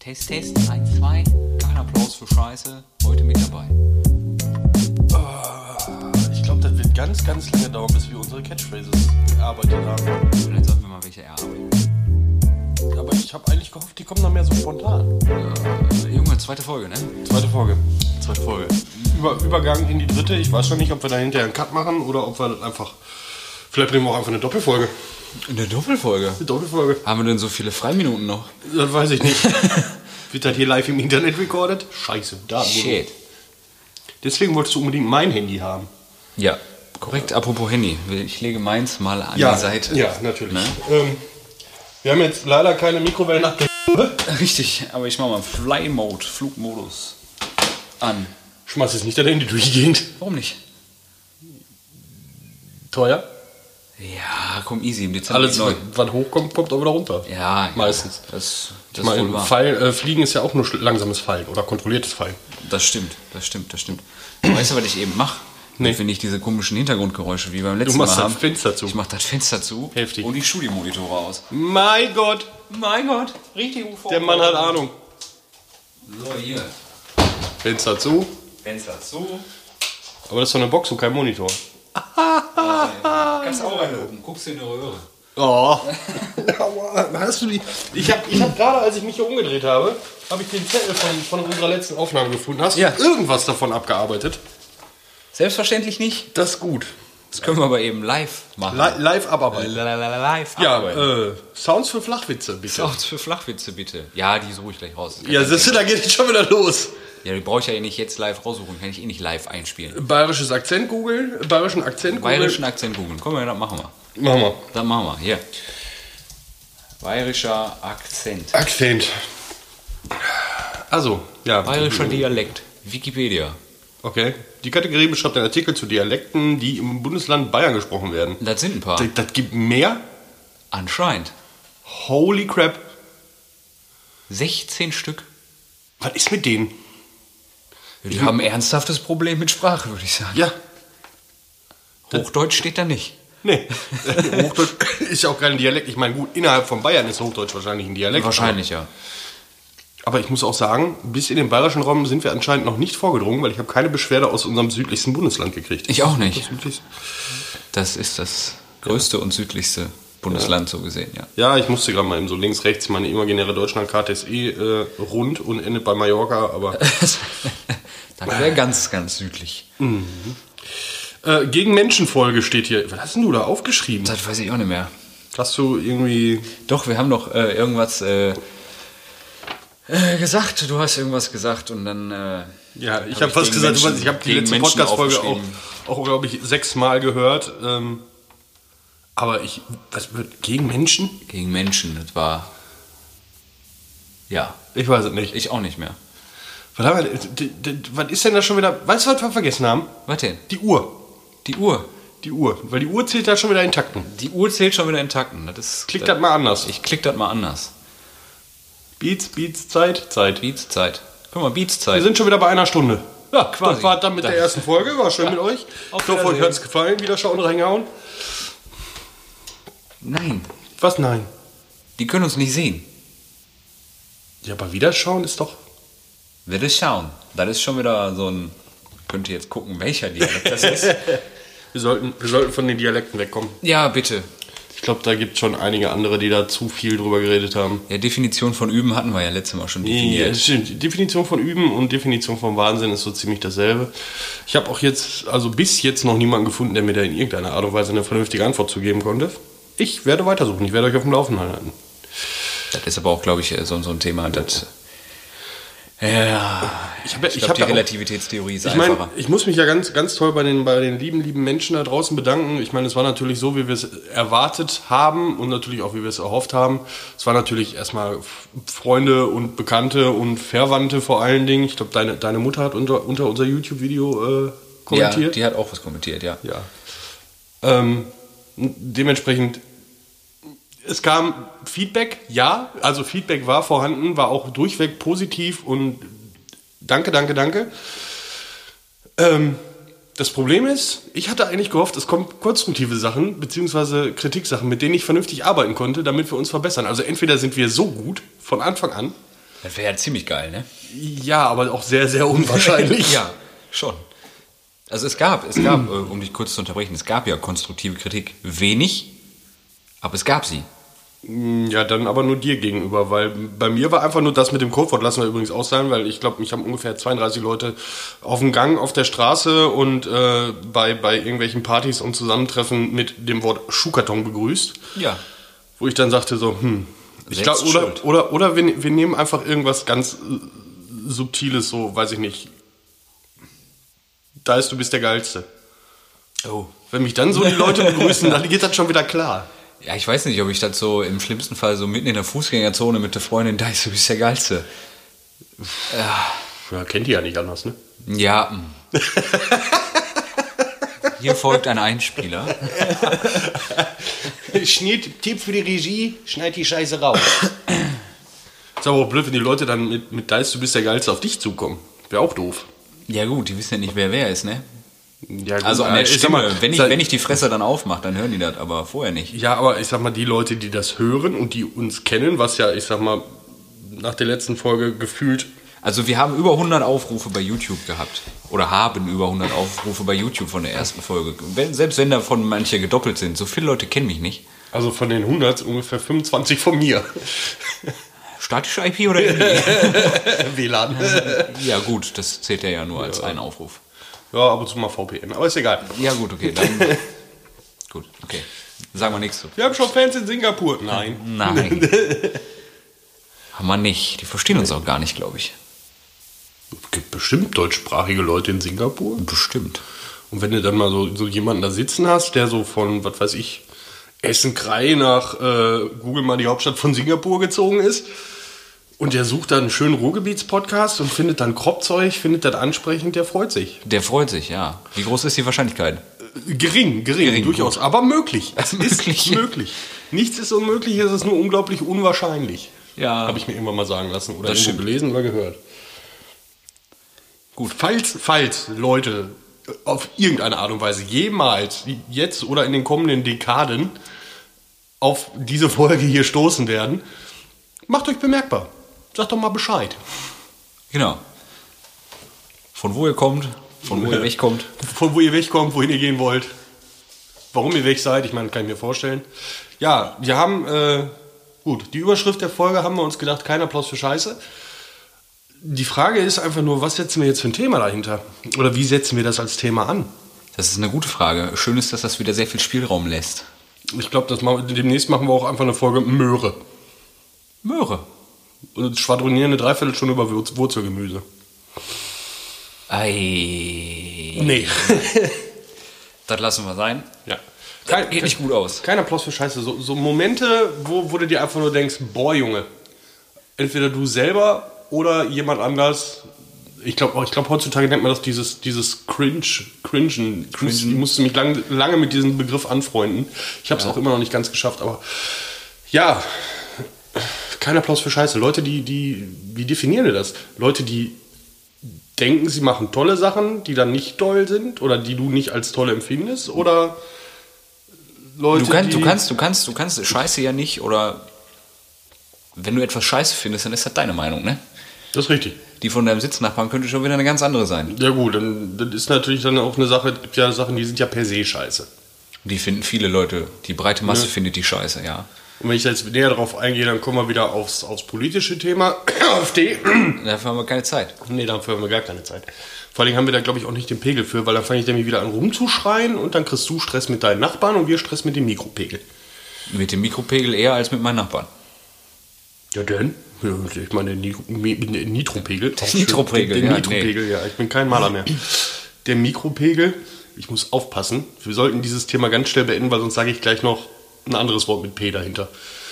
Test, 1, 2. Kein Applaus für Scheiße. Heute mit dabei. Ich glaube, das wird ganz, ganz lange dauern, bis wir unsere Catchphrases erarbeitet haben. Vielleicht sollten wir mal welche erarbeiten. Aber ich habe eigentlich gehofft, die kommen dann mehr so spontan. Junge, zweite Folge, ne? Zweite Folge. Übergang in die dritte. Ich weiß schon nicht, ob wir da hinterher einen Cut machen oder ob wir das einfach... Vielleicht nehmen wir auch einfach eine Doppelfolge. Eine Doppelfolge? Eine Doppelfolge. Haben wir denn so viele Freiminuten noch? Das weiß ich nicht. Wird das hier live im Internet recorded? Scheiße, da. Shit. Deswegen wolltest du unbedingt mein Handy haben. Ja, korrekt. Apropos Handy. Ich lege meins mal an die Seite. Ja, natürlich. Ne? Wir haben jetzt leider keine Mikrowellenabdeckung. Richtig, aber ich mache mal Fly Mode, Flugmodus an. Schmeiß jetzt nicht dein Handy durchgehend. Warum nicht? Teuer? Ja, komm, easy. Im Dezember Alles, was hochkommt, kommt auch wieder runter. Ja, meistens. Das Ich meine, ist wohl wahr. Fliegen ist ja auch nur langsames Fallen oder kontrolliertes Fallen. Das stimmt. Weißt du, was ich eben mache? Nee. Wenn ich diese komischen Hintergrundgeräusche wie beim letzten Mal Du habe. machst das Fenster zu. Ich mache das Fenster zu. Heftig. Und die Studiomonitore aus. Mein Gott, Mein Gott, richtig UV. der Mann hat Ahnung. So, hier. Fenster zu. Fenster zu. Aber das ist doch eine Box und kein Monitor. Kannst auch reingucken. Guckst du in die Röhre. Oh. Hast du die? Ich hab gerade, als ich mich hier umgedreht habe, ich den Zettel von unserer letzten Aufnahme gefunden. Hast du irgendwas davon abgearbeitet? Selbstverständlich nicht. Das ist gut. Das können wir aber eben live machen. Live abarbeiten. Live Ja, abarbeiten. Sounds für Flachwitze, bitte. Sounds für Flachwitze, bitte. Ja, die suche ich gleich raus. Ja, siehst du, da geht es schon wieder los. Ja, die brauche ich ja nicht jetzt live raussuchen. Kann ich eh nicht live einspielen. Bayerisches Akzent googeln. Bayerischen Akzent googeln. Bayerischen Akzent googeln. Komm, das machen wir. Machen wir. Das machen wir. Hier. Bayerischer Akzent. Akzent. Also, ja. Bayerischer Dialekt. Wikipedia. Okay. Die Kategorie beschreibt einen Artikel zu Dialekten, die im Bundesland Bayern gesprochen werden. Das sind ein paar. Das gibt mehr? Anscheinend. Holy crap. 16 Stück. Was ist mit denen? Die haben ein ernsthaftes Problem mit Sprache, würde ich sagen. Ja. Hochdeutsch steht da nicht. Nee. Hochdeutsch ist ja auch kein Dialekt. Ich meine, gut, innerhalb von Bayern ist Hochdeutsch wahrscheinlich ein Dialekt. Wahrscheinlich, ja. Aber ich muss auch sagen, bis in den bayerischen Raum sind wir anscheinend noch nicht vorgedrungen, weil ich habe keine Beschwerde aus unserem südlichsten Bundesland gekriegt. Ich auch nicht. Das ist das größte und südlichste Bundesland, so gesehen, ja. Ja, ich musste gerade mal eben so links, rechts, meine imaginäre Deutschlandkarte ist rund und endet bei Mallorca, aber... Das wäre ganz, ganz südlich. Gegen Menschenfolge steht hier. Was hast denn du da aufgeschrieben? Das weiß ich auch nicht mehr. Hast du irgendwie... Doch, wir haben doch irgendwas gesagt. Du hast irgendwas gesagt und dann... ja, ich habe was gesagt. Ich habe die letzte Podcast-Folge auch glaube ich, 6 Mal gehört. Aber was wird gegen Menschen? Gegen Menschen, das war... Ja. Ich weiß es nicht. Ich auch nicht mehr. Was ist denn da schon wieder... Weißt du, was wir vergessen haben? Was denn? Die Uhr. Die Uhr. Die Uhr. Weil die Uhr zählt da schon wieder in Takten. Die Uhr zählt schon wieder in Takten. Klick das mal anders. Ich klick das mal anders. Beats, Zeit. Beats, Zeit. Guck mal, Beats, Wir Zeit. sind schon wieder bei einer Stunde. Ja, quasi. Das war dann mit der ersten Folge. War schön mit euch. Ich hoffe, euch hat es gefallen. Wieder schauen, reingehauen. Nein, Was? Nein. die können uns nicht sehen. Ja, aber wieder schauen ist doch... Wer das schauen, das ist schon wieder so ein... Könnt ihr jetzt gucken, welcher Dialekt das ist? Wir sollten von den Dialekten wegkommen. Ja, bitte. Ich glaube, da gibt es schon einige andere, die da zu viel drüber geredet haben. Ja, Definition von Üben hatten wir ja letztes Mal schon Ja, definiert. das stimmt. Die Definition von Üben und Definition von Wahnsinn ist so ziemlich dasselbe. Ich habe auch bis jetzt noch niemanden gefunden, der mir da in irgendeiner Art und Weise eine vernünftige Antwort zu geben konnte. Ich werde weitersuchen, ich werde euch auf dem Laufenden halten. Das ist aber auch, glaube ich, so ein Thema, das... Ja, ich glaube, die Relativitätstheorie ist einfacher. Ich muss mich ja ganz, ganz toll bei den lieben Menschen da draußen bedanken. Ich meine, es war natürlich so, wie wir es erwartet haben und natürlich auch, wie wir es erhofft haben. Es war natürlich erstmal Freunde und Bekannte und Verwandte vor allen Dingen. Ich glaube, deine Mutter hat unter unser YouTube-Video kommentiert. Ja, die hat auch was kommentiert, ja. Dementsprechend, es kam Feedback, ja, also Feedback war vorhanden, war auch durchweg positiv und danke. Das Problem ist, ich hatte eigentlich gehofft, es kommen konstruktive Sachen, beziehungsweise Kritiksachen, mit denen ich vernünftig arbeiten konnte, damit wir uns verbessern. Also entweder sind wir so gut von Anfang an, Das wäre ja ziemlich geil, ne? Ja, aber auch sehr, sehr unwahrscheinlich. Ja, schon. Also es gab, um dich kurz zu unterbrechen, es gab ja konstruktive Kritik. Wenig, aber es gab sie. Ja, dann aber nur dir gegenüber, weil bei mir war einfach nur das mit dem Codewort, lassen wir übrigens auch sein, weil ich glaube, mich haben ungefähr 32 Leute auf dem Gang, auf der Straße und bei irgendwelchen Partys und Zusammentreffen mit dem Wort Schuhkarton begrüßt. Ja. Wo ich dann sagte so, ich glaube, oder wir nehmen einfach irgendwas ganz Subtiles, so, weiß ich nicht. Da ist, du bist der Geilste. Oh. Wenn mich dann so die Leute begrüßen, dann geht das schon wieder klar. Ja, ich weiß nicht, ob ich das so im schlimmsten Fall so mitten in der Fußgängerzone mit der Freundin, da ist, du bist der Geilste. Ja, kennt die ja nicht anders, ne? Ja. Hier folgt ein Einspieler. Tipp für die Regie, schneid die Scheiße raus. Ist aber auch blöd, wenn die Leute dann mit Dice, du bist der Geilste, auf dich zukommen. Wäre auch doof. Ja gut, die wissen ja nicht, wer ist, ne? Ja, gut, also an der Stimme, wenn ich die Fresse dann aufmache, dann hören die das, aber vorher nicht. Ja, aber ich sag mal, die Leute, die das hören und die uns kennen, was ja, ich sag mal, nach der letzten Folge gefühlt... Also wir haben über 100 Aufrufe bei YouTube gehabt. Oder haben über 100 Aufrufe bei YouTube von der ersten Folge. Selbst wenn davon manche gedoppelt sind. So viele Leute kennen mich nicht. Also von den 100 ungefähr 25 von mir. Statische IP oder WLAN. Ja gut, das zählt ja nur als ein Aufruf. Ja, ab und zu mal VPN, aber ist egal. Ja gut, okay, dann... gut, okay. Sagen wir nichts zu. Wir haben schon Fans in Singapur. Nein. Nein. Haben wir nicht. Die verstehen uns auch gar nicht, glaube ich. Es gibt bestimmt deutschsprachige Leute in Singapur. Bestimmt. Und wenn du dann mal so jemanden da sitzen hast, der so von, was weiß ich, Essen-Krei nach Google mal die Hauptstadt von Singapur gezogen ist und der sucht dann einen schönen Ruhrgebiets-Podcast und findet dann Kropfzeug, findet das ansprechend, der freut sich. Der freut sich, ja. Wie groß ist die Wahrscheinlichkeit? Gering, durchaus, aber möglich. Es ist möglich. Nichts ist unmöglich, es ist nur unglaublich unwahrscheinlich. Ja. Habe ich mir irgendwann mal sagen lassen oder irgendwo gelesen oder gehört. Gut. Falls Leute auf irgendeine Art und Weise jemals, jetzt oder in den kommenden Dekaden, auf diese Folge hier stoßen werden, macht euch bemerkbar. Sagt doch mal Bescheid. Genau. Von wo ihr kommt, von wo ihr wegkommt. Von wo ihr wegkommt, wohin ihr gehen wollt. Warum ihr weg seid, ich meine, kann ich mir vorstellen. Ja, wir haben, die Überschrift der Folge haben wir uns gedacht, kein Applaus für Scheiße. Die Frage ist einfach nur, was setzen wir jetzt für ein Thema dahinter? Oder wie setzen wir das als Thema an? Das ist eine gute Frage. Schön ist, dass das wieder sehr viel Spielraum lässt. Ich glaube, demnächst machen wir auch einfach eine Folge Möhre. Möhre? Und schwadronieren eine Dreiviertelstunde über Wurzelgemüse. Ei. Nee. Das lassen wir sein. Ja. Geht nicht gut aus. Kein Applaus für Scheiße. So Momente, wo du dir einfach nur denkst, boah, Junge, entweder du selber oder jemand anders. Ich glaube, heutzutage nennt man das dieses Cringen. Ich musste mich lange mit diesem Begriff anfreunden. Ich habe es auch immer noch nicht ganz geschafft, aber ja, kein Applaus für Scheiße. Leute, wie definieren das? Leute, die denken, sie machen tolle Sachen, die dann nicht toll sind oder die du nicht als toll empfindest, oder Leute, du kannst Scheiße ja nicht, oder wenn du etwas Scheiße findest, dann ist das deine Meinung, ne? Das ist richtig. Die von deinem Sitznachbarn könnte schon wieder eine ganz andere sein. Ja gut, das ist natürlich dann auch eine Sache, es gibt ja Sachen, die sind ja per se scheiße. Die finden viele Leute, die breite Masse findet die scheiße, ja. Und wenn ich jetzt näher darauf eingehe, dann kommen wir wieder aufs politische Thema, AfD. Dafür haben wir keine Zeit. Nee, dafür haben wir gar keine Zeit. Vor allem haben wir da, glaube ich, auch nicht den Pegel für, weil dann fange ich nämlich wieder an rumzuschreien und dann kriegst du Stress mit deinen Nachbarn und wir Stress mit dem Mikropegel. Mit dem Mikropegel eher als mit meinen Nachbarn. Ja, denn? Ich meine, den Nitropegel. Der Nitropegel, Den Nitropegel, ja. Ich bin kein Maler mehr. Der Mikropegel, ich muss aufpassen. Wir sollten dieses Thema ganz schnell beenden, weil sonst sage ich gleich noch ein anderes Wort mit P dahinter.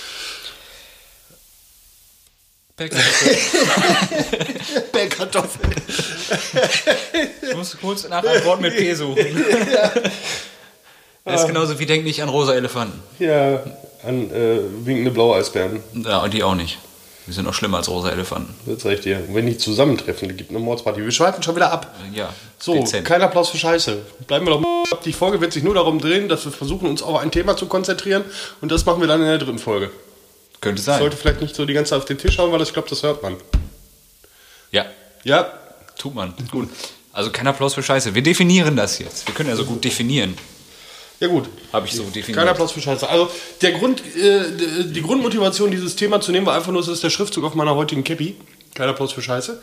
Bellkartoffel. Ich muss kurz nach einem Wort mit P suchen. Ja. Das ist genauso wie denk nicht an rosa Elefanten. Ja, an winkende blaue Eisbären. Ja, und die auch nicht. Die sind noch schlimmer als rosa Elefanten. Das sag ich dir. Und wenn die zusammentreffen, dann gibt es eine Mordsparty. Wir schweifen schon wieder ab. Ja. So, dezent. Kein Applaus für Scheiße. Bleiben wir doch mal ab. Die Folge wird sich nur darum drehen, dass wir versuchen, uns auf ein Thema zu konzentrieren. Und das machen wir dann in der 3. Folge. Könnte sein. Ich sollte vielleicht nicht so die ganze Zeit auf den Tisch hauen, weil ich glaube, das hört man. Ja, Ja, tut man. Gut. Also kein Applaus für Scheiße. Wir definieren das jetzt. Wir können ja so gut definieren. ja gut. Habe ich so definiert. Kein Applaus für Scheiße. Also die Grundmotivation, dieses Thema zu nehmen, war einfach nur, das ist der Schriftzug auf meiner heutigen Cappy. Kein Applaus für Scheiße.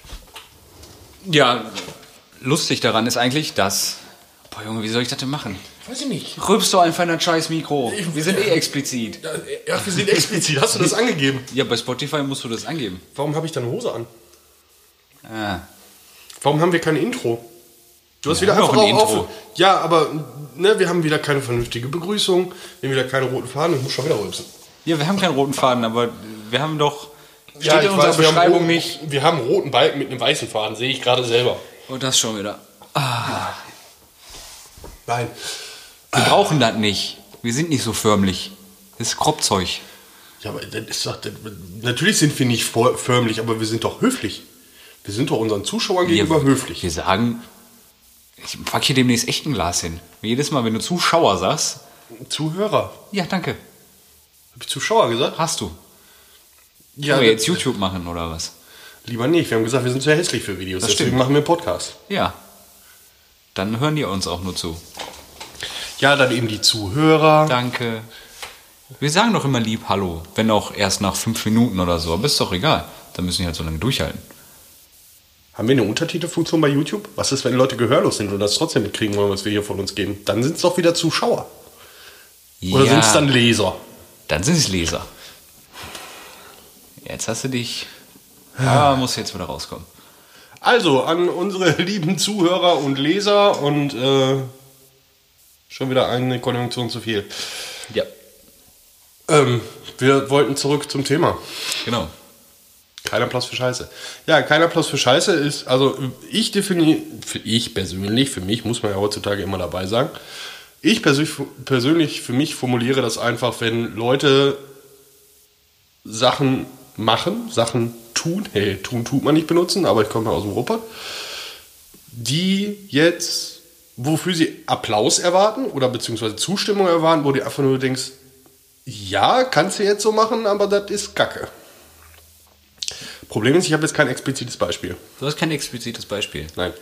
Ja, lustig daran ist eigentlich, dass... Boah, Junge, wie soll ich das denn machen? Weiß ich nicht. Rülpst du einfach in ein scheiß Mikro. Wir sind explizit. Ja, wir sind explizit. Hast du das angegeben? Ja, bei Spotify musst du das angeben. Warum habe ich da eine Hose an? Ah. Warum haben wir kein Intro? Du hast Wir wieder haben einfach doch ein auf. Intro. Ja, aber ne, wir haben wieder keine vernünftige Begrüßung. Wir haben wieder keine roten Faden. Ich muss schon wieder rülpsen. Ja, wir haben keinen roten Faden, aber wir haben doch... Steht Ja, in ich unserer weiß, wir haben Beschreibung roten- nicht. Wir haben einen roten Balken mit einem weißen Faden. Sehe ich gerade selber. Und das schon wieder. Nein. Wir brauchen das nicht. Wir sind nicht so förmlich. Das ist Kropfzeug. Ja, aber das ist doch, natürlich sind wir nicht förmlich, aber wir sind doch höflich. Wir sind doch unseren Zuschauern gegenüber höflich. Wir sagen... Ich pack hier demnächst echt ein Glas hin. Jedes Mal, wenn du Zuschauer sagst... Zuhörer. Ja, danke. Habe ich Zuschauer gesagt? Hast du. Ja, Sollen wir jetzt YouTube machen oder was? lieber nicht. Wir haben gesagt, wir sind zu hässlich für Videos. Das Deswegen stimmt. machen wir einen Podcast. Ja. Dann hören die uns auch nur zu. Ja, dann eben die Zuhörer. Danke. Wir sagen doch immer lieb Hallo. Wenn auch erst nach 5 Minuten oder so. Aber ist doch egal. Dann müssen die halt so lange durchhalten. Haben wir eine Untertitelfunktion bei YouTube? Was ist, wenn Leute gehörlos sind und das trotzdem mitkriegen wollen, was wir hier von uns geben? Dann sind es doch wieder Zuschauer. Oder sind es dann Leser? Dann sind es Leser. Jetzt hast du dich... Ja, muss jetzt wieder rauskommen. Also, an unsere lieben Zuhörer und Leser und schon wieder eine Konjunktion zu viel. Ja. Wir wollten zurück zum Thema. Genau. Kein Applaus für Scheiße. Ja, kein Applaus für Scheiße ist, also ich persönlich, für mich muss man ja heutzutage immer dabei sagen, ich persönlich für mich formuliere das einfach, wenn Leute Sachen machen, Sachen tun, tun tut man nicht benutzen, aber ich komme ja aus dem Ruhrpott, die jetzt, wofür sie Applaus erwarten oder beziehungsweise Zustimmung erwarten, wo du einfach nur denkst, ja, kannst du jetzt so machen, aber das ist Kacke. Problem ist, ich habe jetzt kein explizites Beispiel. Du hast kein explizites Beispiel. Nein.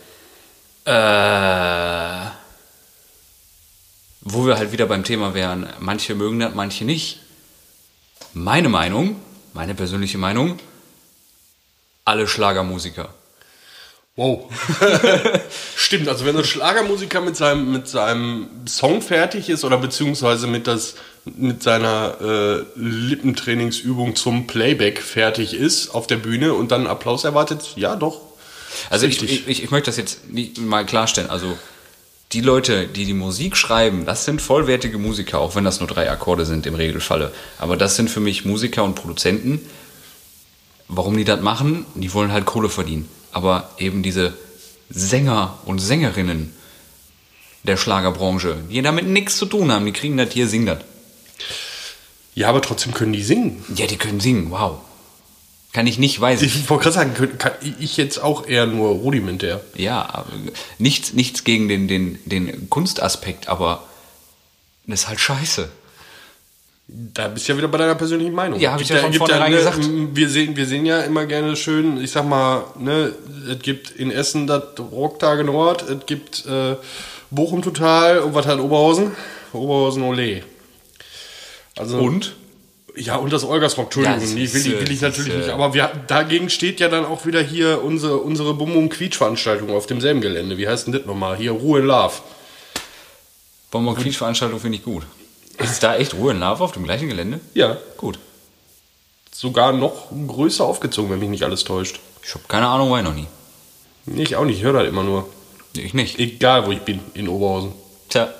Wo wir halt wieder beim Thema wären, manche mögen das, manche nicht. Meine Meinung, meine persönliche Meinung, alle Schlagermusiker. Wow. Stimmt, also wenn so ein Schlagermusiker mit seinem Song fertig ist oder beziehungsweise mit seiner Lippentrainingsübung zum Playback fertig ist auf der Bühne und dann Applaus erwartet, ja doch. Also Richtig. ich möchte das jetzt nicht mal klarstellen. Also die Leute, die die Musik schreiben, das sind vollwertige Musiker, auch wenn das nur 3 Akkorde sind im Regelfalle. Aber das sind für mich Musiker und Produzenten. Warum die das machen? Die wollen halt Kohle verdienen. Aber eben diese Sänger und Sängerinnen der Schlagerbranche, die damit nichts zu tun haben, die kriegen das hier, singen das. Ja, aber trotzdem können die singen. Ja, die können singen, wow. Kann ich nicht, weiß ich. Ich wollte gerade sagen, kann ich jetzt auch eher nur rudimentär. Ja, aber nichts gegen den Kunstaspekt, aber das ist halt scheiße. Da bist du ja wieder bei deiner persönlichen Meinung. Ja, habe ich ja von vornherein gesagt. Wir sehen ja immer gerne schön, ich sag mal, ne, es gibt in Essen das Rocktage Nord, es gibt Bochum Total und was hat Oberhausen? Oberhausen Ole. Also, Und? Ja, und das Olgasrock, Entschuldigung, Ja, das die ist, will ich natürlich das ist, nicht. Aber dagegen steht ja dann auch wieder hier unsere Bum-Bum-Quietsch-Veranstaltung auf demselben Gelände. Wie heißt denn das nochmal? Hier, Ruhe in Love. Bonbon-Quietsch-Veranstaltung finde ich gut. Ist da echt Ruhe in Lava auf dem gleichen Gelände? Ja. Gut. Sogar noch größer aufgezogen, wenn mich nicht alles täuscht. Ich habe keine Ahnung, war ich noch nie. Ich auch nicht, ich höre das immer nur. Ich nicht. Egal, wo ich bin, in Oberhausen. Tja.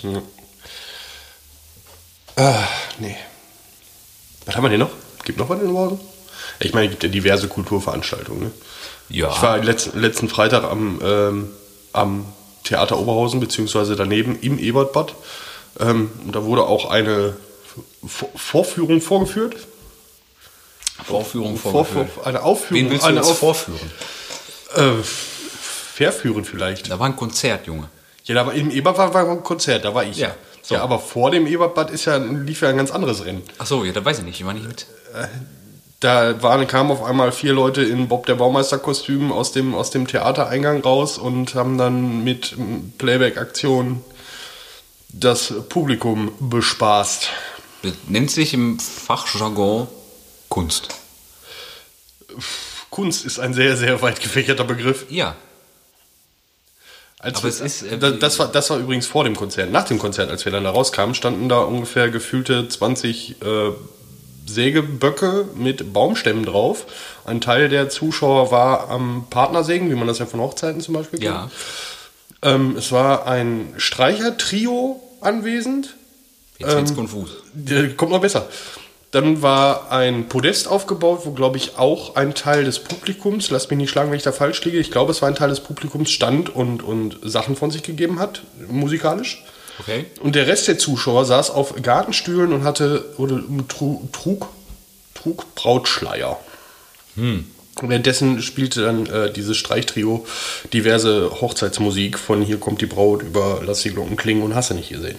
Ja. Nee. Was haben wir denn noch? Gibt noch was in Oberhausen? Ich meine, es gibt ja diverse Kulturveranstaltungen. Ne? Ja. Ich war letzten Freitag am Theater Oberhausen, beziehungsweise daneben im Ebertbad. Und da wurde auch eine Vorführung vorgeführt. Vorführung vorgeführt. Eine Aufführung. Wen willst du eine jetzt vorführen? Verführen vielleicht. Da war ein Konzert, Junge. Ja, da war im Ebertbad war ein Konzert, da war ich. Ja, so. Ja, aber vor dem Ebertbad lief ja ein ganz anderes Rennen. Ach so, ja, da weiß ich nicht. Ich war nicht mit. kamen auf einmal 4 Leute in Bob der Baumeister-Kostümen aus dem Theatereingang raus und haben dann mit Playback-Aktionen das Publikum bespaßt. Das nennt sich im Fachjargon Kunst. Kunst ist ein sehr, sehr weit gefächerter Begriff. Ja. Aber das war übrigens vor dem Konzert. Nach dem Konzert, als wir dann da rauskamen, standen da ungefähr gefühlte 20 Sägeböcke mit Baumstämmen drauf. Ein Teil der Zuschauer war am Partnersägen, wie man das ja von Hochzeiten zum Beispiel kennt. Ja. Es war ein Streichertrio anwesend. Jetzt wird's konfus. Kommt noch besser. Dann war ein Podest aufgebaut, wo, glaube ich, auch ein Teil des Publikums, lasst mich nicht schlagen, wenn ich da falsch liege, ich glaube, es war ein Teil des Publikums, stand und Sachen von sich gegeben hat, musikalisch. Okay. Und der Rest der Zuschauer saß auf Gartenstühlen und trug Brautschleier. Währenddessen spielte dann dieses Streichtrio diverse Hochzeitsmusik von Hier kommt die Braut über Lass die Glocken klingen und hast du nicht gesehen.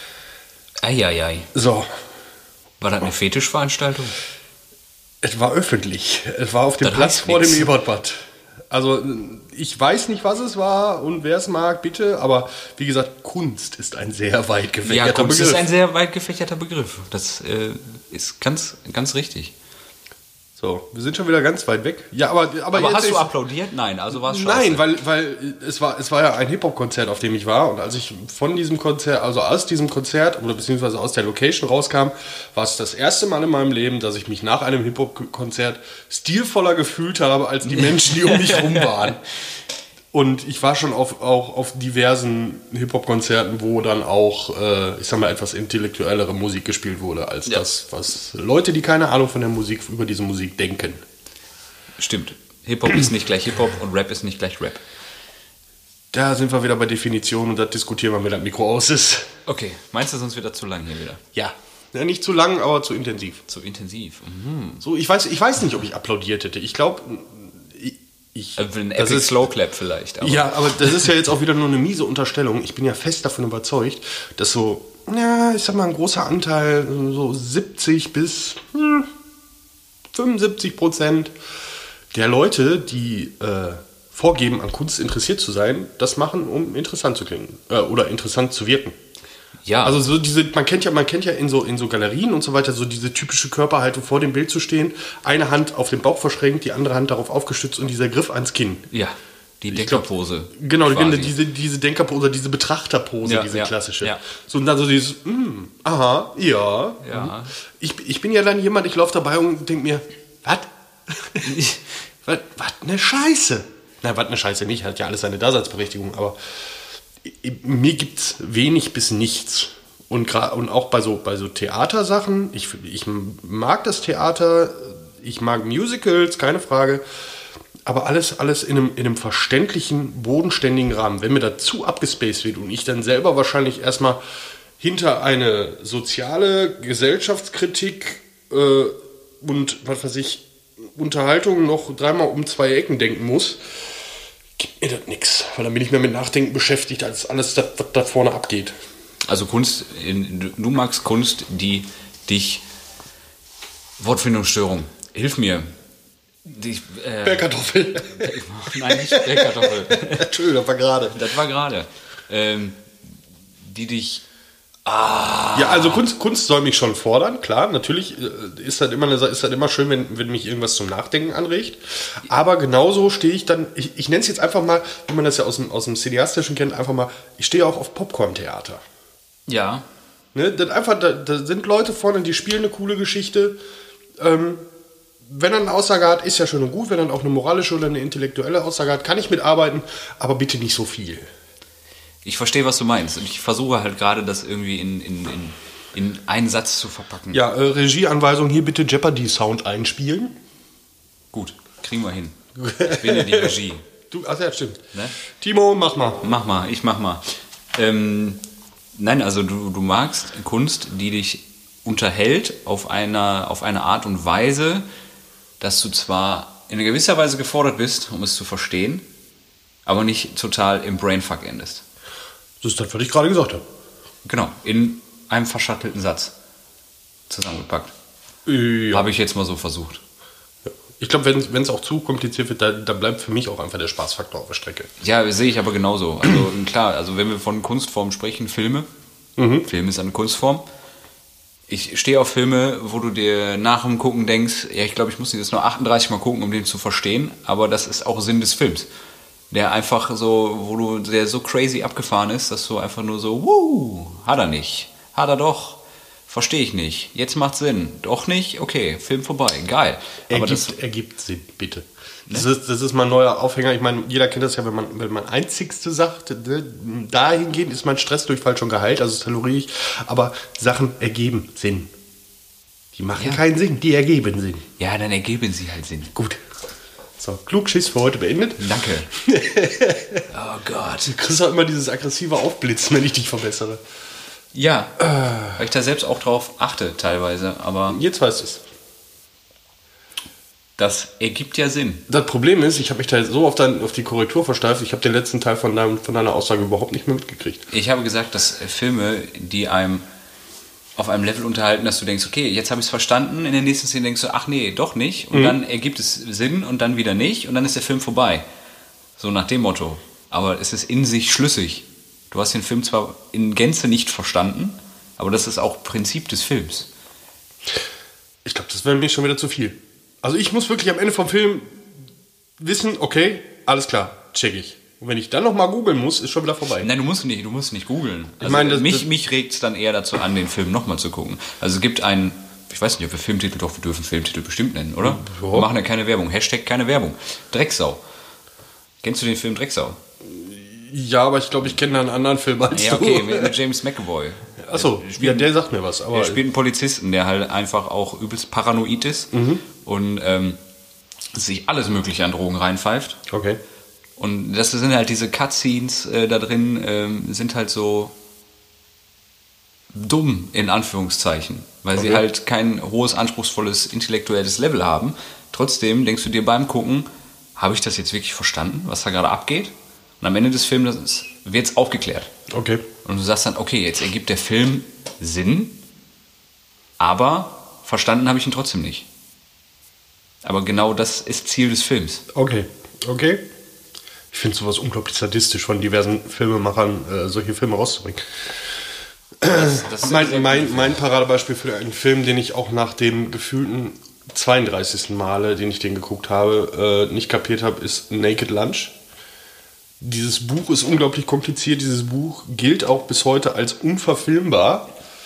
Eieiei. So. War das eine Fetischveranstaltung? Es war öffentlich. Es war auf dem Das Platz heißt vor nix. dem Ebertbad. Also ich weiß nicht, was es war und wer es mag, bitte. Aber wie gesagt, Kunst ist ein sehr weit gefächerter Ja, Kunst Begriff. ist ein sehr weit gefächerter Begriff. Das ist ganz, ganz richtig. So, wir sind schon wieder ganz weit weg. Ja, aber Aber jetzt hast du ist- applaudiert? Nein, also war es scheiße. Nein, weil es war ja ein Hip-Hop-Konzert, auf dem ich war. Und als ich von diesem Konzert, also aus diesem Konzert oder beziehungsweise aus der Location rauskam, war es das erste Mal in meinem Leben, dass ich mich nach einem Hip-Hop-Konzert stilvoller gefühlt habe als die Menschen, die um mich rum waren. Und ich war schon auch auf diversen Hip-Hop-Konzerten, wo dann auch, ich sag mal, etwas intellektuellere Musik gespielt wurde, als das, was Leute, die keine Ahnung von der Musik, über diese Musik denken. Stimmt. Hip-Hop ist nicht gleich Hip-Hop und Rap ist nicht gleich Rap. Da sind wir wieder bei Definitionen und das diskutieren wir, wenn das Mikro aus ist. Okay, meinst du, sonst wird das zu lang hier wieder? Ja. Ja, nicht zu lang, aber zu intensiv. Zu intensiv. So, ich weiß nicht, ob ich applaudiert hätte. Ich glaube, Ein das Epic ist- Slow Clap vielleicht. Aber ja, aber das ist ja jetzt auch wieder nur eine miese Unterstellung. Ich bin ja fest davon überzeugt, dass so, ja, ich sag mal, ein großer Anteil, so 70 bis 75% der Leute, die vorgeben, an Kunst interessiert zu sein, das machen, um interessant zu klingen oder interessant zu wirken. ja, Also so man kennt ja in so Galerien und so weiter so diese typische Körperhaltung, vor dem Bild zu stehen, eine Hand auf den Bauch verschränkt, die andere Hand darauf aufgestützt und dieser Griff ans Kinn. ja, die glaub, Deckerpose. Genau, quasi. diese Denkerpose, diese Betrachterpose, Ja, diese ja, klassische. ja. So und dann so dieses, aha, ja. Ja. Ich bin ja dann jemand, ich laufe dabei und denke mir, was? Was eine Scheiße. Nein, was eine Scheiße nicht, hat ja alles seine Daseinsberechtigung, aber mir gibt's wenig bis nichts. Und auch bei so Theatersachen, ich mag das Theater, ich mag Musicals, keine Frage, aber alles in einem verständlichen, bodenständigen Rahmen. Wenn mir das zu abgespaced wird und ich dann selber wahrscheinlich erstmal hinter eine soziale Gesellschaftskritik und was weiß ich, Unterhaltung noch dreimal um 2 Ecken denken muss, gibt mir das nix. Weil dann bin ich mehr mit Nachdenken beschäftigt, als alles, was da vorne abgeht. Also Kunst, du magst Kunst, die dich... Wortfindungsstörung, hilf mir. Bärkartoffel. Nein, nicht Bärkartoffel. Entschuldigung, das war gerade. Das war gerade. Die dich... Ja, also Kunst soll mich schon fordern, klar. Natürlich ist das immer schön, wenn mich irgendwas zum Nachdenken anregt. Aber genauso stehe ich dann, ich nenne es jetzt einfach mal, wie man das ja aus dem Cineastischen kennt, einfach mal, ich stehe auch auf Popcorn-Theater. Ja. Ne, da sind Leute vorne, die spielen eine coole Geschichte. Wenn er eine Aussage hat, ist ja schön und gut. Wenn er auch eine moralische oder eine intellektuelle Aussage hat, kann ich mitarbeiten, aber bitte nicht so viel. Ich verstehe, was du meinst. Und ich versuche halt gerade, das irgendwie in einen Satz zu verpacken. Ja, Regieanweisung, hier bitte Jeopardy-Sound einspielen. Gut, kriegen wir hin. Ich bin ja die Regie. Ach ja, stimmt. Ne? Timo, mach mal. Ich mach mal. Nein, also du magst Kunst, die dich unterhält auf eine Art und Weise, dass du zwar in gewisser Weise gefordert bist, um es zu verstehen, aber nicht total im Brainfuck endest. Das ist das, was ich gerade gesagt habe. Genau, in einem verschattelten Satz zusammengepackt. Ja. Habe ich jetzt mal so versucht. Ich glaube, wenn es auch zu kompliziert wird, da bleibt für mich auch einfach der Spaßfaktor auf der Strecke. Ja, sehe ich aber genauso. Also klar, also wenn wir von Kunstformen sprechen, Filme. Film ist eine Kunstform. Ich stehe auf Filme, wo du dir nach dem Gucken denkst, ja, ich glaube, ich muss das nur 38 Mal gucken, um den zu verstehen. Aber das ist auch Sinn des Films. Der einfach so, der so crazy abgefahren ist, dass du einfach nur so, hat er nicht, hat er doch. Verstehe ich nicht. Jetzt macht Sinn. Doch nicht? Okay, Film vorbei. Geil. Aber Ergibt Sinn, bitte. Ne? Das ist mal ein neuer Aufhänger. Ich meine, jeder kennt das ja, wenn man Einzigste sagt, ne? Dahingehend ist mein Stressdurchfall schon geheilt, also ist tellurisch. Aber Sachen ergeben Sinn. Die machen keinen Sinn, die ergeben Sinn. Ja, dann ergeben sie halt Sinn. Gut. So, Klugschiss für heute beendet. Danke. Oh Gott. Du kriegst auch immer dieses aggressive Aufblitzen, wenn ich dich verbessere. Ja, weil ich da selbst auch drauf achte teilweise, aber... Jetzt weißt du es. Das ergibt ja Sinn. Das Problem ist, ich habe mich da so auf die Korrektur versteift, ich habe den letzten Teil von deiner Aussage überhaupt nicht mehr mitgekriegt. Ich habe gesagt, dass Filme, die einem auf einem Level unterhalten, dass du denkst, okay, jetzt habe ich es verstanden, in der nächsten Szene denkst du, ach nee, doch nicht, und dann ergibt es Sinn und dann wieder nicht und dann ist der Film vorbei. So nach dem Motto. Aber es ist in sich schlüssig. Du hast den Film zwar in Gänze nicht verstanden, aber das ist auch Prinzip des Films. Ich glaube, das wäre mir schon wieder zu viel. Also ich muss wirklich am Ende vom Film wissen, okay, alles klar, check ich. Und wenn ich dann nochmal googeln muss, ist schon wieder vorbei. Nein, du musst nicht googeln. Also ich meine, mich regt es dann eher dazu an, den Film nochmal zu gucken. Also es gibt einen, ich weiß nicht, ob wir Filmtitel, doch wir dürfen Filmtitel bestimmt nennen, oder? Ja. Wir machen ja keine Werbung. Hashtag keine Werbung. Drecksau. Kennst du den Film Drecksau? Ja, aber ich glaube, ich kenne da einen anderen Film als ja, okay, mit James McAvoy. Achso, ja, der sagt mir was. Aber er spielt einen Polizisten, der halt einfach auch übelst paranoid ist und sich alles Mögliche an Drogen reinpfeift. Okay. Und das sind halt diese Cutscenes da drin, sind halt so dumm, in Anführungszeichen, weil sie halt kein hohes, anspruchsvolles intellektuelles Level haben. Trotzdem denkst du dir beim Gucken, habe ich das jetzt wirklich verstanden, was da gerade abgeht? Und am Ende des Films wird es aufgeklärt. Okay. Und du sagst dann, okay, jetzt ergibt der Film Sinn, aber verstanden habe ich ihn trotzdem nicht. Aber genau das ist Ziel des Films. Okay. Ich finde sowas unglaublich sadistisch von diversen Filmemachern, solche Filme rauszubringen. Mein Paradebeispiel für einen Film, den ich auch nach dem gefühlten 32. Male, den ich den geguckt habe, nicht kapiert habe, ist Naked Lunch. Dieses Buch ist unglaublich kompliziert. Dieses Buch gilt auch bis heute als unverfilmbar.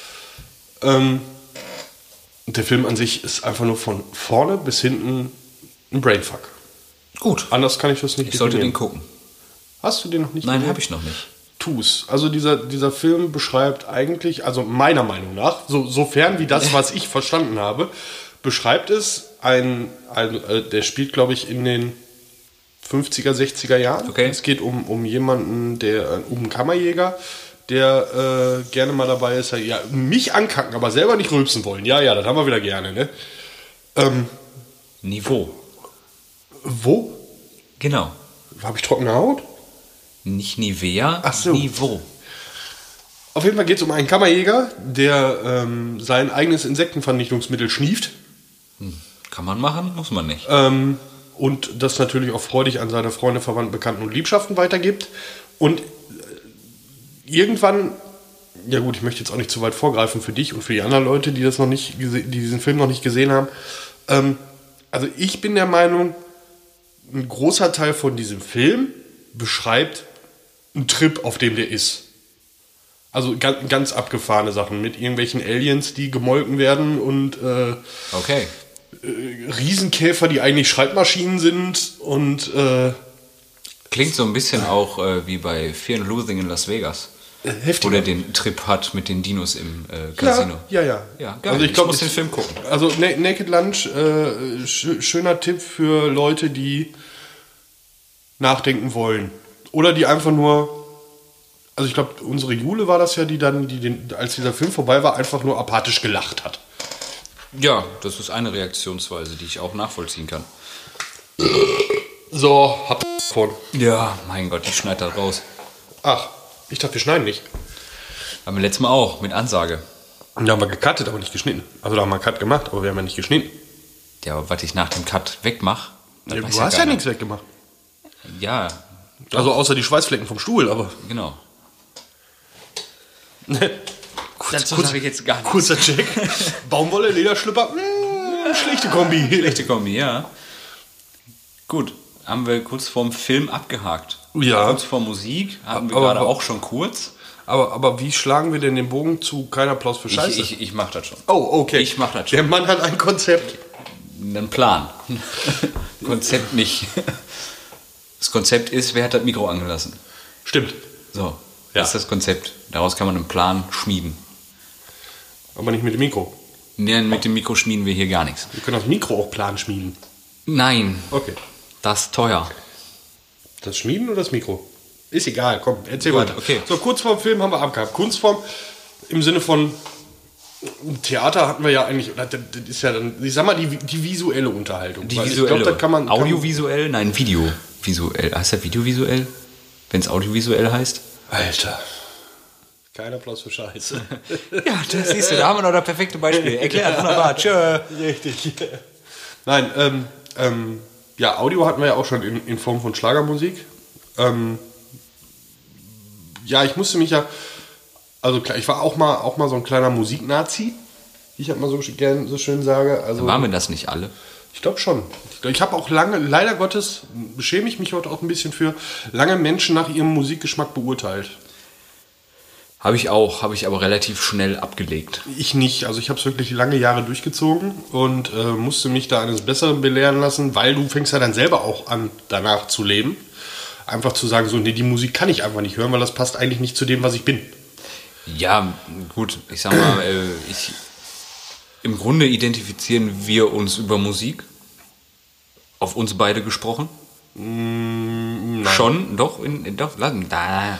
Der Film an sich ist einfach nur von vorne bis hinten ein Brainfuck. Gut. Anders kann ich das nicht definieren. Ich sollte den gucken. Hast du den noch nicht gesehen? Nein, habe ich noch nicht. Tu's. Also dieser Film beschreibt eigentlich, also meiner Meinung nach, sofern wie das, was ich verstanden habe, beschreibt es der spielt, glaube ich, in den 50er, 60er Jahren. Okay. Es geht um jemanden, um einen Kammerjäger, der gerne mal dabei ist, ja, mich ankacken, aber selber nicht rülpsen wollen. Ja, das haben wir wieder gerne, ne? Niveau. Wo? Genau. Habe ich trockene Haut? Nicht Nivea, ach so. Niveau. Auf jeden Fall geht es um einen Kammerjäger, der sein eigenes Insektenvernichtungsmittel schnieft. Kann man machen, muss man nicht. Und das natürlich auch freudig an seine Freunde, Verwandten, Bekannten und Liebschaften weitergibt. Und irgendwann, ja gut, ich möchte jetzt auch nicht zu weit vorgreifen für dich und für die anderen Leute, die diesen Film noch nicht gesehen haben. Also ich bin der Meinung, ein großer Teil von diesem Film beschreibt einen Trip, auf dem der ist. Also ganz abgefahrene Sachen mit irgendwelchen Aliens, die gemolken werden und okay. Riesenkäfer, die eigentlich Schreibmaschinen sind und klingt so ein bisschen auch wie bei Fear and Loathing in Las Vegas. Heftig. Wo der den Trip hat mit den Dinos im Casino. Ja, geil. Also ich muss den Film gucken. Also Naked Lunch, schöner Tipp für Leute, die nachdenken wollen. Oder die einfach nur, also ich glaube, unsere Jule war das ja, die als dieser Film vorbei war, einfach nur apathisch gelacht hat. Ja, das ist eine Reaktionsweise, die ich auch nachvollziehen kann. So, hab von. Ja, mein Gott, die schneidet da raus. Ach, ich dachte, wir schneiden nicht. Haben wir letztes Mal auch, mit Ansage. Und da haben wir gecuttet, aber nicht geschnitten. Also da haben wir einen Cut gemacht, aber wir haben ja nicht geschnitten. Ja, aber was ich nach dem Cut wegmache. Ja, du hast ja nichts weggemacht. Ja. Also außer die Schweißflecken vom Stuhl, aber. Genau. Dazu sage ich jetzt gar nichts. Kurzer Check. Baumwolle, Lederschlüpper, schlechte Kombi. Schlechte Kombi, ja. Gut, haben wir kurz vorm Film abgehakt. Ja. Kurz vor Musik hatten wir gerade auch schon kurz. Aber wie schlagen wir denn den Bogen zu kein Applaus für Scheiße? Ich mach das schon. Oh, okay. Ich mach das schon. Der Mann hat ein Konzept. Einen Plan. Konzept nicht. Das Konzept ist, wer hat das Mikro angelassen? Stimmt. So, das ist das Konzept. Daraus kann man einen Plan schmieden. Aber nicht mit dem Mikro. Nee, mit dem Mikro schmieden wir hier gar nichts. Wir können das Mikro auch Plan schmieden. Nein. Okay. Das ist teuer. Das Schmieden oder das Mikro? Ist egal, komm, erzähl weiter. Okay. So, kurz vorm Film haben wir abgehabt. Kunstform im Sinne von Theater hatten wir ja eigentlich, das ist ja dann, ich sag mal, die visuelle Unterhaltung. Die Weil visuelle. Ich glaub, da kann man, audiovisuell? Nein, videovisuell. Heißt das videovisuell? Wenn es audiovisuell heißt? Alter. Kein Applaus für Scheiße. Ja, das siehst du, da haben wir noch das perfekte Beispiel. Erklärt, wunderbar, tschö. Richtig. Nein, ja, Audio hatten wir ja auch schon in Form von Schlagermusik. Ja, ich musste mich ja, also klar, ich war auch mal so ein kleiner Musiknazi, wie ich halt mal so gern so schön sage. Also, Waren wir das nicht alle? Ich glaube schon. Ich habe auch lange, leider Gottes, schäme ich mich heute auch ein bisschen für, lange Menschen nach ihrem Musikgeschmack beurteilt. Habe ich aber relativ schnell abgelegt. Ich nicht. Also ich habe es wirklich lange Jahre durchgezogen und musste mich da eines Besseren belehren lassen, weil du fängst ja dann selber auch an, danach zu leben. Einfach zu sagen, so, nee, die Musik kann ich einfach nicht hören, weil das passt eigentlich nicht zu dem, was ich bin. Ja, gut, ich sag mal, im Grunde identifizieren wir uns über Musik. Auf uns beide gesprochen. Nein. Schon, doch, da.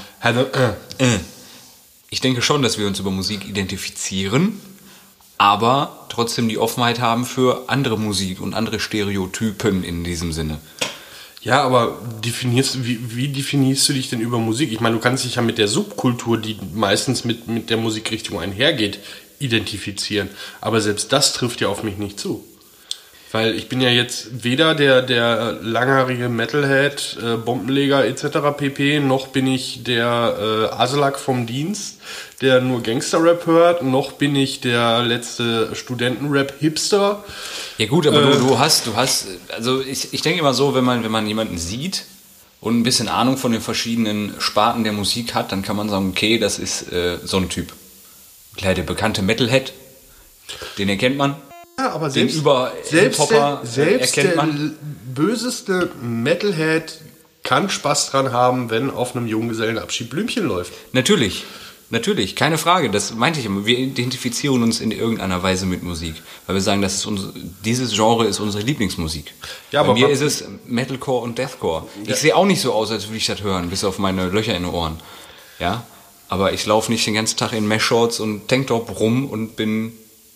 Ich denke schon, dass wir uns über Musik identifizieren, aber trotzdem die Offenheit haben für andere Musik und andere Stereotypen in diesem Sinne. Ja, aber wie definierst du dich denn über Musik? Ich meine, du kannst dich ja mit der Subkultur, die meistens mit der Musikrichtung einhergeht, identifizieren. Aber selbst das trifft ja auf mich nicht zu. Weil ich bin ja jetzt weder der langhaarige Metalhead, Bombenleger etc. pp., noch bin ich der Aslak vom Dienst, der nur Gangster-Rap hört, noch bin ich der letzte Studenten-Rap-Hipster. Ja gut, aber du hast, also ich denke immer so, wenn man jemanden sieht und ein bisschen Ahnung von den verschiedenen Sparten der Musik hat, dann kann man sagen, okay, das ist so ein Typ. Klar, der bekannte Metalhead, den erkennt man. Ja, aber den selbst erkennt man. Der böseste Metalhead kann Spaß dran haben, wenn auf einem Junggesellenabschied Blümchen läuft. Natürlich, keine Frage. Das meinte ich immer. Wir identifizieren uns in irgendeiner Weise mit Musik, weil wir sagen, dieses Genre ist unsere Lieblingsmusik. Ja, bei mir ist es Metalcore und Deathcore. Ich sehe auch nicht so aus, als würde ich das hören, bis auf meine Löcher in den Ohren. Ja, aber ich laufe nicht den ganzen Tag in Mesh-Shorts und Tanktop rum und bin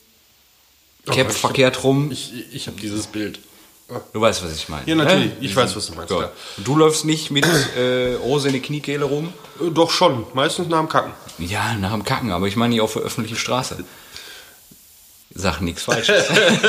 Cap verkehrt rum. Ich habe dieses Bild. Du weißt, was ich meine. Ja, natürlich. Ich weiß, was du meinst. So. Ja. Du läufst nicht mit Rose in die Kniekehle rum? Doch schon. Meistens nach dem Kacken. Ja, nach dem Kacken. Aber ich meine nicht auf der öffentlichen Straße. Sag nichts Falsches.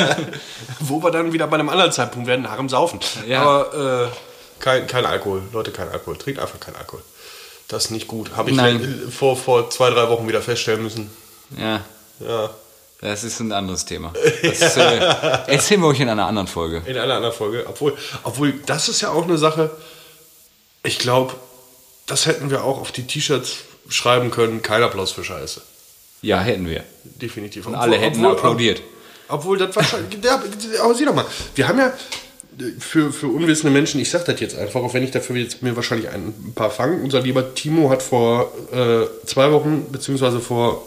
Wo wir dann wieder bei einem anderen Zeitpunkt werden, nach dem Saufen. Ja. Aber kein Alkohol. Leute, kein Alkohol. Trinkt einfach keinen Alkohol. Das ist nicht gut. Habe ich vor 2-3 Wochen wieder feststellen müssen. Ja. Das ist ein anderes Thema. Das erzählen wir euch in einer anderen Folge. In einer anderen Folge. Obwohl, das ist ja auch eine Sache, ich glaube, das hätten wir auch auf die T-Shirts schreiben können. Kein Applaus für Scheiße. Ja, hätten wir. Definitiv. Und alle hätten applaudiert. Obwohl, das wahrscheinlich... aber sieh doch mal, wir haben ja für unwissende Menschen, ich sag das jetzt einfach, auch wenn ich dafür jetzt mir wahrscheinlich ein paar fangen. Unser lieber Timo hat vor 2 Wochen, beziehungsweise vor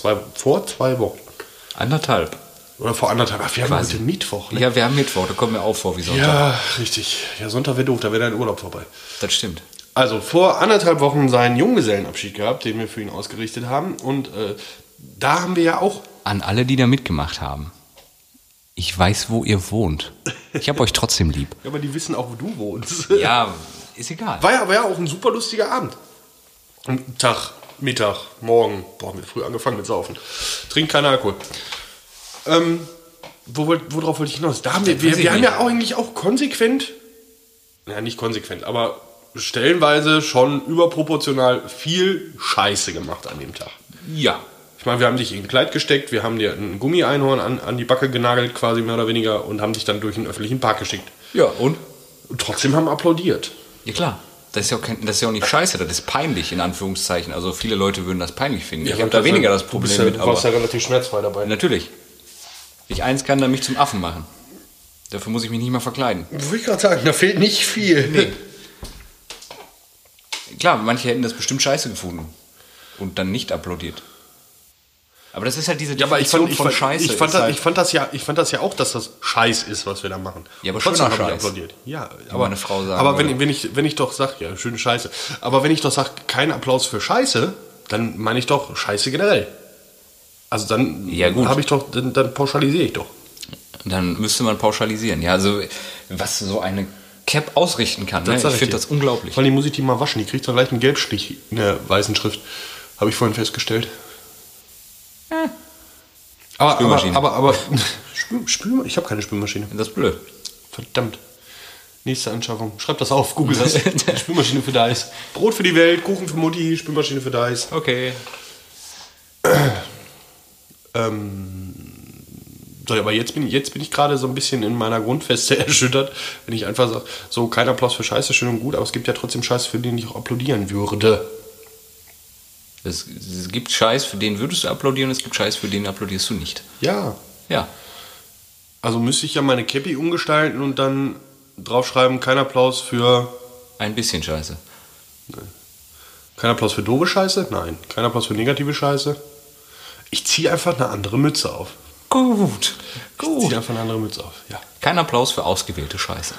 2 Wochen, 1,5. Oder vor 1,5. Ach, wir haben heute Mittwoch, ne? Ja, wir haben Mittwoch, da kommen wir auch vor wie Sonntag. Ja, richtig. Ja, Sonntag wäre doof, da wäre dein Urlaub vorbei. Das stimmt. Also, vor 1,5 Wochen seinen Junggesellenabschied gehabt, den wir für ihn ausgerichtet haben. Und da haben wir ja auch... An alle, die da mitgemacht haben. Ich weiß, wo ihr wohnt. Ich hab euch trotzdem lieb. Ja, aber die wissen auch, wo du wohnst. Ja, ist egal. War ja auch ein super lustiger Abend. Tag, Mittag, Morgen. Boah, mit früh angefangen mit Saufen. Trink keinen Alkohol. worauf wollte ich hinaus? Da haben wir haben ja auch eigentlich auch konsequent, nicht konsequent, aber stellenweise schon überproportional viel Scheiße gemacht an dem Tag. Ja. Ich meine, wir haben dich in ein Kleid gesteckt, wir haben dir ein Gummi-Einhorn an die Backe genagelt, quasi mehr oder weniger, und haben dich dann durch einen öffentlichen Park geschickt. Ja, und? Und trotzdem haben applaudiert. Ja, klar. Das ist ja auch nicht scheiße, das ist peinlich, in Anführungszeichen. Also viele Leute würden das peinlich finden. Ja, ich habe da weniger das Problem mit. Du warst ja relativ schmerzfrei dabei. Natürlich. Ich eins kann, dann mich zum Affen machen. Dafür muss ich mich nicht mal verkleiden. Wollte ich gerade sagen, da fehlt nicht viel. Nee. Klar, manche hätten das bestimmt scheiße gefunden. Und dann nicht applaudiert. Aber das ist halt diese Definition von Scheiße. Ich fand das ja auch, dass das Scheiß ist, was wir da machen. Ja, aber trotzdem schöner habe ich Scheiß. applaudiert. Ja, aber eine Frau sagen aber würde. wenn ich doch sage, ja, schöne Scheiße. Aber wenn ich doch sage, kein Applaus für Scheiße, dann meine ich doch Scheiße generell. Also dann habe ich doch, dann pauschalisiere ich doch. Dann müsste man pauschalisieren. Ja, also was so eine Cap ausrichten kann. Ne? Ich finde das unglaublich. Vor allem, die muss ich die mal waschen. Die kriegt doch gleich einen Gelbstich in der weißen Schrift. Habe ich vorhin festgestellt. Spülmaschine. Aber ich habe keine Spülmaschine. Das ist blöd. Verdammt. Nächste Anschaffung. Schreib das auf, google das. Spülmaschine für Dice. Brot für die Welt, Kuchen für Mutti, Spülmaschine für Dice. Okay. So, aber jetzt bin ich gerade so ein bisschen in meiner Grundfeste erschüttert, wenn ich einfach sage, so kein Applaus für Scheiße, schön und gut, aber es gibt ja trotzdem Scheiß, für den ich auch applaudieren würde. Es gibt Scheiß, für den würdest du applaudieren, es gibt Scheiß, für den applaudierst du nicht. Ja. Ja. Also müsste ich ja meine Cappy umgestalten und dann draufschreiben, kein Applaus für... Ein bisschen Scheiße. Nein. Kein Applaus für doofe Scheiße? Nein. Kein Applaus für negative Scheiße? Ich ziehe einfach eine andere Mütze auf. Gut. Ich ziehe einfach eine andere Mütze auf, ja. Kein Applaus für ausgewählte Scheiße.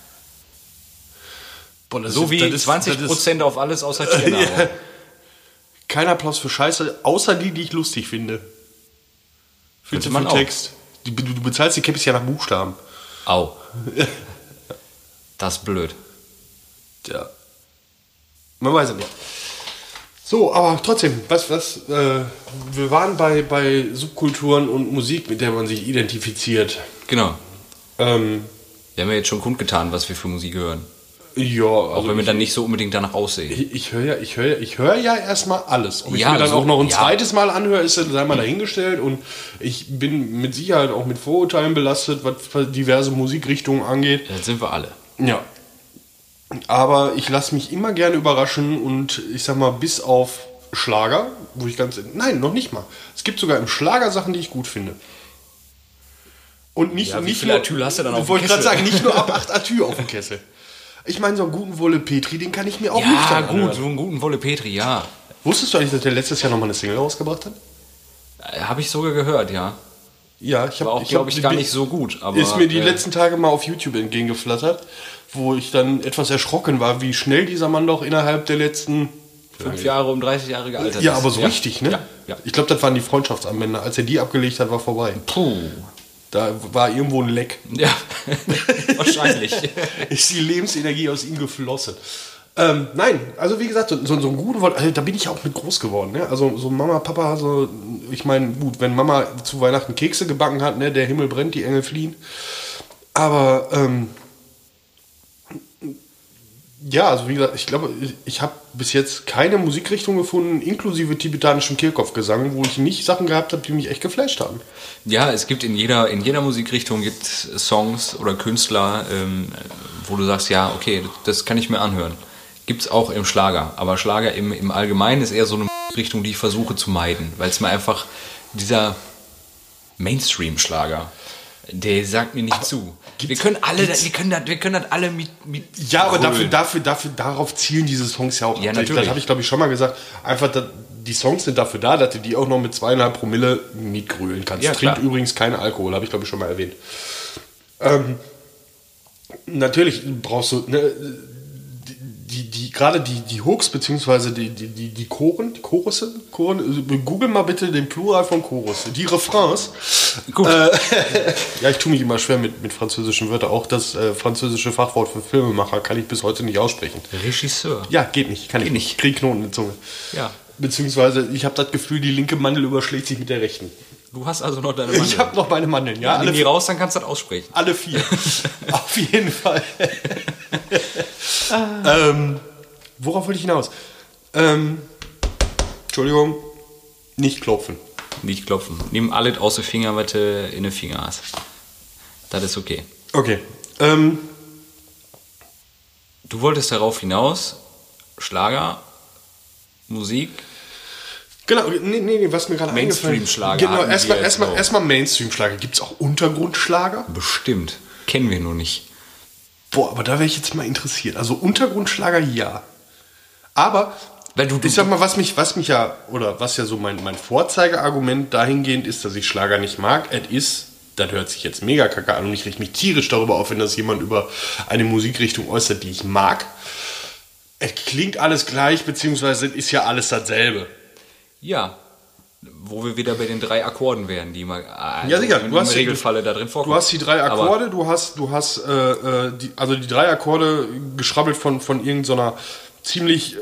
Boah, so wie 20% auf alles außer Tiernahrung. Ja. Kein Applaus für Scheiße, außer die ich lustig finde. Viel zu viel Text. Du bezahlst die Cappies ja nach Buchstaben. Au. Das ist blöd. Ja. Man weiß es nicht. So, aber trotzdem, wir waren bei Subkulturen und Musik, mit der man sich identifiziert. Genau. Wir haben ja jetzt schon kundgetan, was wir für Musik hören. Ja, also auch wenn wir dann nicht so unbedingt danach aussehen. Ich höre ja erstmal alles. Ob ich mir dann auch noch ein zweites Mal anhöre, ist dann sei mal dahingestellt. Und ich bin mit Sicherheit auch mit Vorurteilen belastet, was diverse Musikrichtungen angeht. Das sind wir alle. Ja. Aber ich lasse mich immer gerne überraschen und ich sag mal, bis auf Schlager, wo ich nein, noch nicht mal. Es gibt sogar im Schlager Sachen, die ich gut finde. Und nicht wie viel Atü hast du dann auf dem Kessel? Wollte ich gerade sagen, nicht nur ab 8 Atü auf dem Kessel. Ich meine, so einen guten Wolle Petri, den kann ich mir auch nicht anhören. Ja, gut, so einen guten Wolle Petri, ja. Wusstest du eigentlich, dass der letztes Jahr nochmal eine Single rausgebracht hat? Habe ich sogar gehört, ja. Ja, ich habe auch, glaube ich, gar nicht so gut. Aber, ist mir die letzten Tage mal auf YouTube entgegengeflattert, wo ich dann etwas erschrocken war, wie schnell dieser Mann doch innerhalb der letzten 5 Jahre um 30 Jahre gealtert ist. Ja, aber so richtig, ne? Ja. Ich glaube, das waren die Freundschaftsanwender. Als er die abgelegt hat, war vorbei. Puh. Da war irgendwo ein Leck. Ja, wahrscheinlich. Ist die Lebensenergie aus ihm geflossen. Nein, also wie gesagt, so einen guten Wort, also da bin ich auch mit groß geworden. Ne? Also so Mama, Papa, so, ich meine, gut, wenn Mama zu Weihnachten Kekse gebacken hat, ne, der Himmel brennt, die Engel fliehen. Aber ja, also wie gesagt, ich glaube, ich habe bis jetzt keine Musikrichtung gefunden, inklusive tibetanischem Kehlkopfgesang, wo ich nicht Sachen gehabt habe, die mich echt geflasht haben. Ja, es gibt in jeder Musikrichtung gibt Songs oder Künstler, wo du sagst, ja, okay, das kann ich mir anhören. Gibt's auch im Schlager, aber Schlager im Allgemeinen ist eher so eine Richtung, die ich versuche zu meiden, weil es mir einfach dieser Mainstream-Schlager, der sagt mir nicht zu. Wir können das alle mit ja, aber darauf zielen diese Songs ja auch. Ja, natürlich. Das habe ich, glaube ich, schon mal gesagt. Einfach, die Songs sind dafür da, dass du die auch noch mit 2,5 Promille mitgrölen kannst. Ja, trinkt übrigens keinen Alkohol, habe ich, glaube ich, schon mal erwähnt. Natürlich brauchst du gerade die Hooks, beziehungsweise die Chorusse, google mal bitte den Plural von Chorus, die Refrains. Gut. Ja, ich tue mich immer schwer mit französischen Wörtern. Auch das französische Fachwort für Filmemacher kann ich bis heute nicht aussprechen. Regisseur. Ja, geht nicht. Kann ich nicht. Krieg Knoten in der Zunge. Ja. Beziehungsweise, ich habe das Gefühl, die linke Mandel überschlägt sich mit der rechten. Du hast also noch deine Mandeln. Ich habe noch meine Mandeln, ja. Nimm die raus, dann kannst du das aussprechen. Alle 4. Auf jeden Fall. Worauf wollte ich hinaus? Entschuldigung. Nicht klopfen. Nicht klopfen. Nimm alles aus den Finger, was du in den Finger hast. Das ist okay. Okay. Du wolltest darauf hinaus, Schlager, Musik. Genau, nee, was mir gerade eingefallen ist. Mainstream-Schlager. Genau, erstmal Mainstream-Schlager. Gibt es auch Untergrundschlager? Bestimmt. Kennen wir nur nicht. Boah, aber da wäre ich jetzt mal interessiert. Also Untergrundschlager, ja. Aber, Weil ich sag mal, was ja so mein Vorzeigeargument dahingehend ist, dass ich Schlager nicht mag, das hört sich jetzt mega kacke an und ich rieche mich tierisch darüber auf, wenn das jemand über eine Musikrichtung äußert, die ich mag. Es klingt alles gleich, beziehungsweise ist ja alles dasselbe. Ja, wo wir wieder bei den 3 Akkorden wären, die mal ja, sicher. im Regelfalle da drin vorkommen. Du hast die 3 Akkorde, du hast die 3 Akkorde geschrabbelt von irgendeiner ziemlich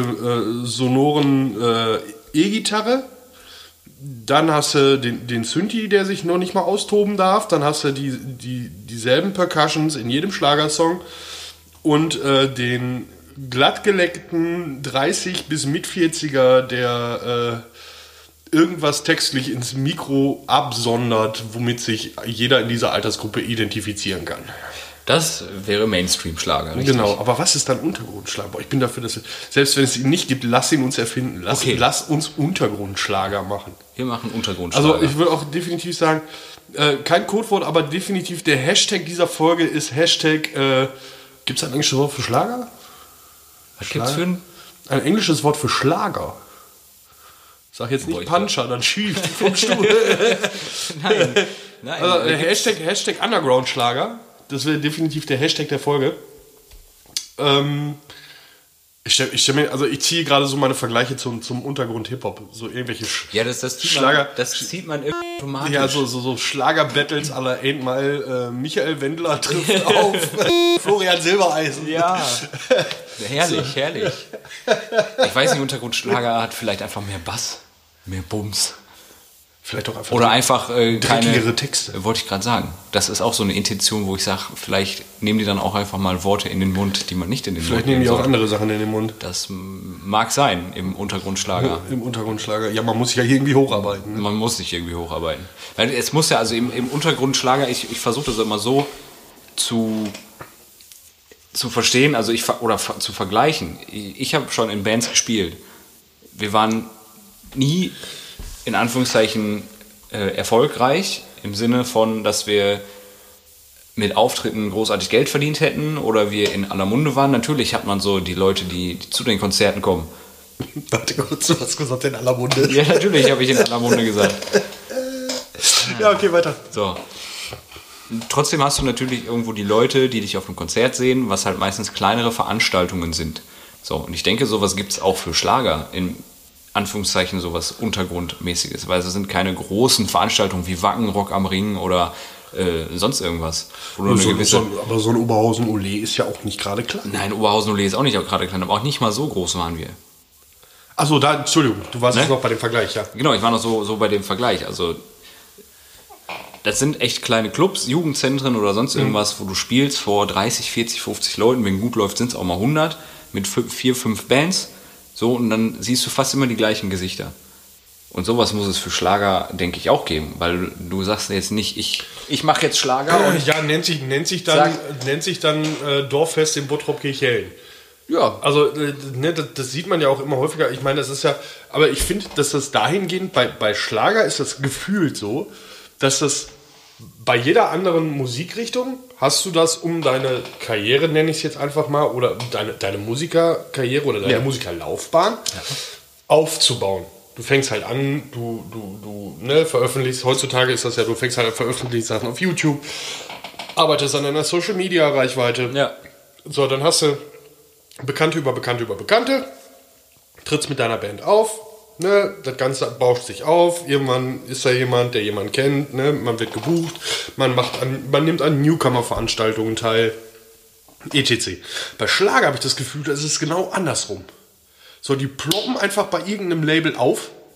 sonoren E-Gitarre. Dann hast du den Synthi, der sich noch nicht mal austoben darf. Dann hast du dieselben Percussions in jedem Schlagersong. Und den glattgeleckten 30 bis mit 40er, der irgendwas textlich ins Mikro absondert, womit sich jeder in dieser Altersgruppe identifizieren kann. Das wäre Mainstream-Schlager, richtig? Genau, aber was ist dann Untergrundschlager? Boah, ich bin dafür, dass selbst wenn es ihn nicht gibt, lass ihn uns erfinden. Lass uns Untergrundschlager machen. Wir machen Untergrundschlager. Also ich würde auch definitiv sagen, kein Codewort, aber definitiv der Hashtag dieser Folge ist Hashtag, gibt es ein englisches Wort für Schlager? Was gibt's für ein Ein englisches Wort für Schlager. Sag jetzt nicht Puncher, dann schief vom Stuhl. Nein. Also, Hashtag Underground-Schlager. Das wäre definitiv der Hashtag der Folge. Ich ziehe gerade so meine Vergleiche zum Untergrund-Hip-Hop. So irgendwelche Schlager. Das zieht man automatisch. Ja, so Schlager-Battles à la Ain't Mal. Michael Wendler trifft auf Florian Silbereisen. Ja. Herrlich. Ich weiß nicht, Untergrundschlager hat vielleicht einfach mehr Bass, mehr Bums. Vielleicht auch einfach oder einfach dreckigere Texte. Wollte ich gerade sagen. Das ist auch so eine Intention, wo ich sage, vielleicht nehmen die dann auch einfach mal Worte in den Mund, die man nicht in den Mund nimmt. Vielleicht nehmen die auch andere Sachen in den Mund. Das mag sein im Untergrundschlager. Im Untergrundschlager. Ja, man muss sich ja irgendwie hocharbeiten. Man muss sich irgendwie hocharbeiten. Weil es muss ja, also im Untergrundschlager, ich versuche das immer so zu verstehen, also zu vergleichen. Ich habe schon in Bands gespielt. Wir waren nie in Anführungszeichen erfolgreich, im Sinne von, dass wir mit Auftritten großartig Geld verdient hätten oder wir in aller Munde waren. Natürlich hat man so die Leute, die zu den Konzerten kommen. Warte kurz, du hast gesagt in aller Munde. Ja, natürlich habe ich in aller Munde gesagt. Ja, okay, weiter. So. Trotzdem hast du natürlich irgendwo die Leute, die dich auf einem Konzert sehen, was halt meistens kleinere Veranstaltungen sind. So, und ich denke, sowas gibt es auch für Schlager in Anführungszeichen sowas Untergrundmäßiges, weil es sind keine großen Veranstaltungen wie Wacken, Rock am Ring oder sonst irgendwas. Aber so ein Oberhausen-Ole ist ja auch nicht gerade klein. Nein, Oberhausen-Ole ist auch nicht gerade klein, aber auch nicht mal so groß waren wir. Achso, Entschuldigung, du warst jetzt noch bei dem Vergleich, ja. Genau, ich war noch so bei dem Vergleich. Also das sind echt kleine Clubs, Jugendzentren oder sonst irgendwas, wo du spielst vor 30, 40, 50 Leuten. Wenn gut läuft, sind es auch mal 100 mit 4, 5 Bands. So, und dann siehst du fast immer die gleichen Gesichter. Und sowas muss es für Schlager, denke ich, auch geben. Weil du sagst jetzt nicht, ich mache jetzt Schlager. Und ja, nennt sich dann Dorffest in Bottrop-Kirchhellen. Ja. Also, das sieht man ja auch immer häufiger. Ich meine, das ist ja, aber ich finde, dass das dahingehend, bei Schlager ist das gefühlt so, dass das bei jeder anderen Musikrichtung hast du das, um deine Karriere, nenne ich es jetzt einfach mal, oder deine Musikerkarriere oder deine Musikerlaufbahn aufzubauen. Du fängst halt an, du veröffentlichst, heutzutage ist das ja, du fängst halt an, veröffentlichst Sachen auf YouTube, arbeitest an deiner Social-Media-Reichweite. Ja. So, dann hast du Bekannte über Bekannte über Bekannte, trittst mit deiner Band auf, ne, das Ganze bauscht sich auf, irgendwann ist da jemand, der jemanden kennt, ne, man wird gebucht, man nimmt an Newcomer-Veranstaltungen teil, etc. Bei Schlager habe ich das Gefühl, das ist genau andersrum. So, die ploppen einfach bei irgendeinem Label auf,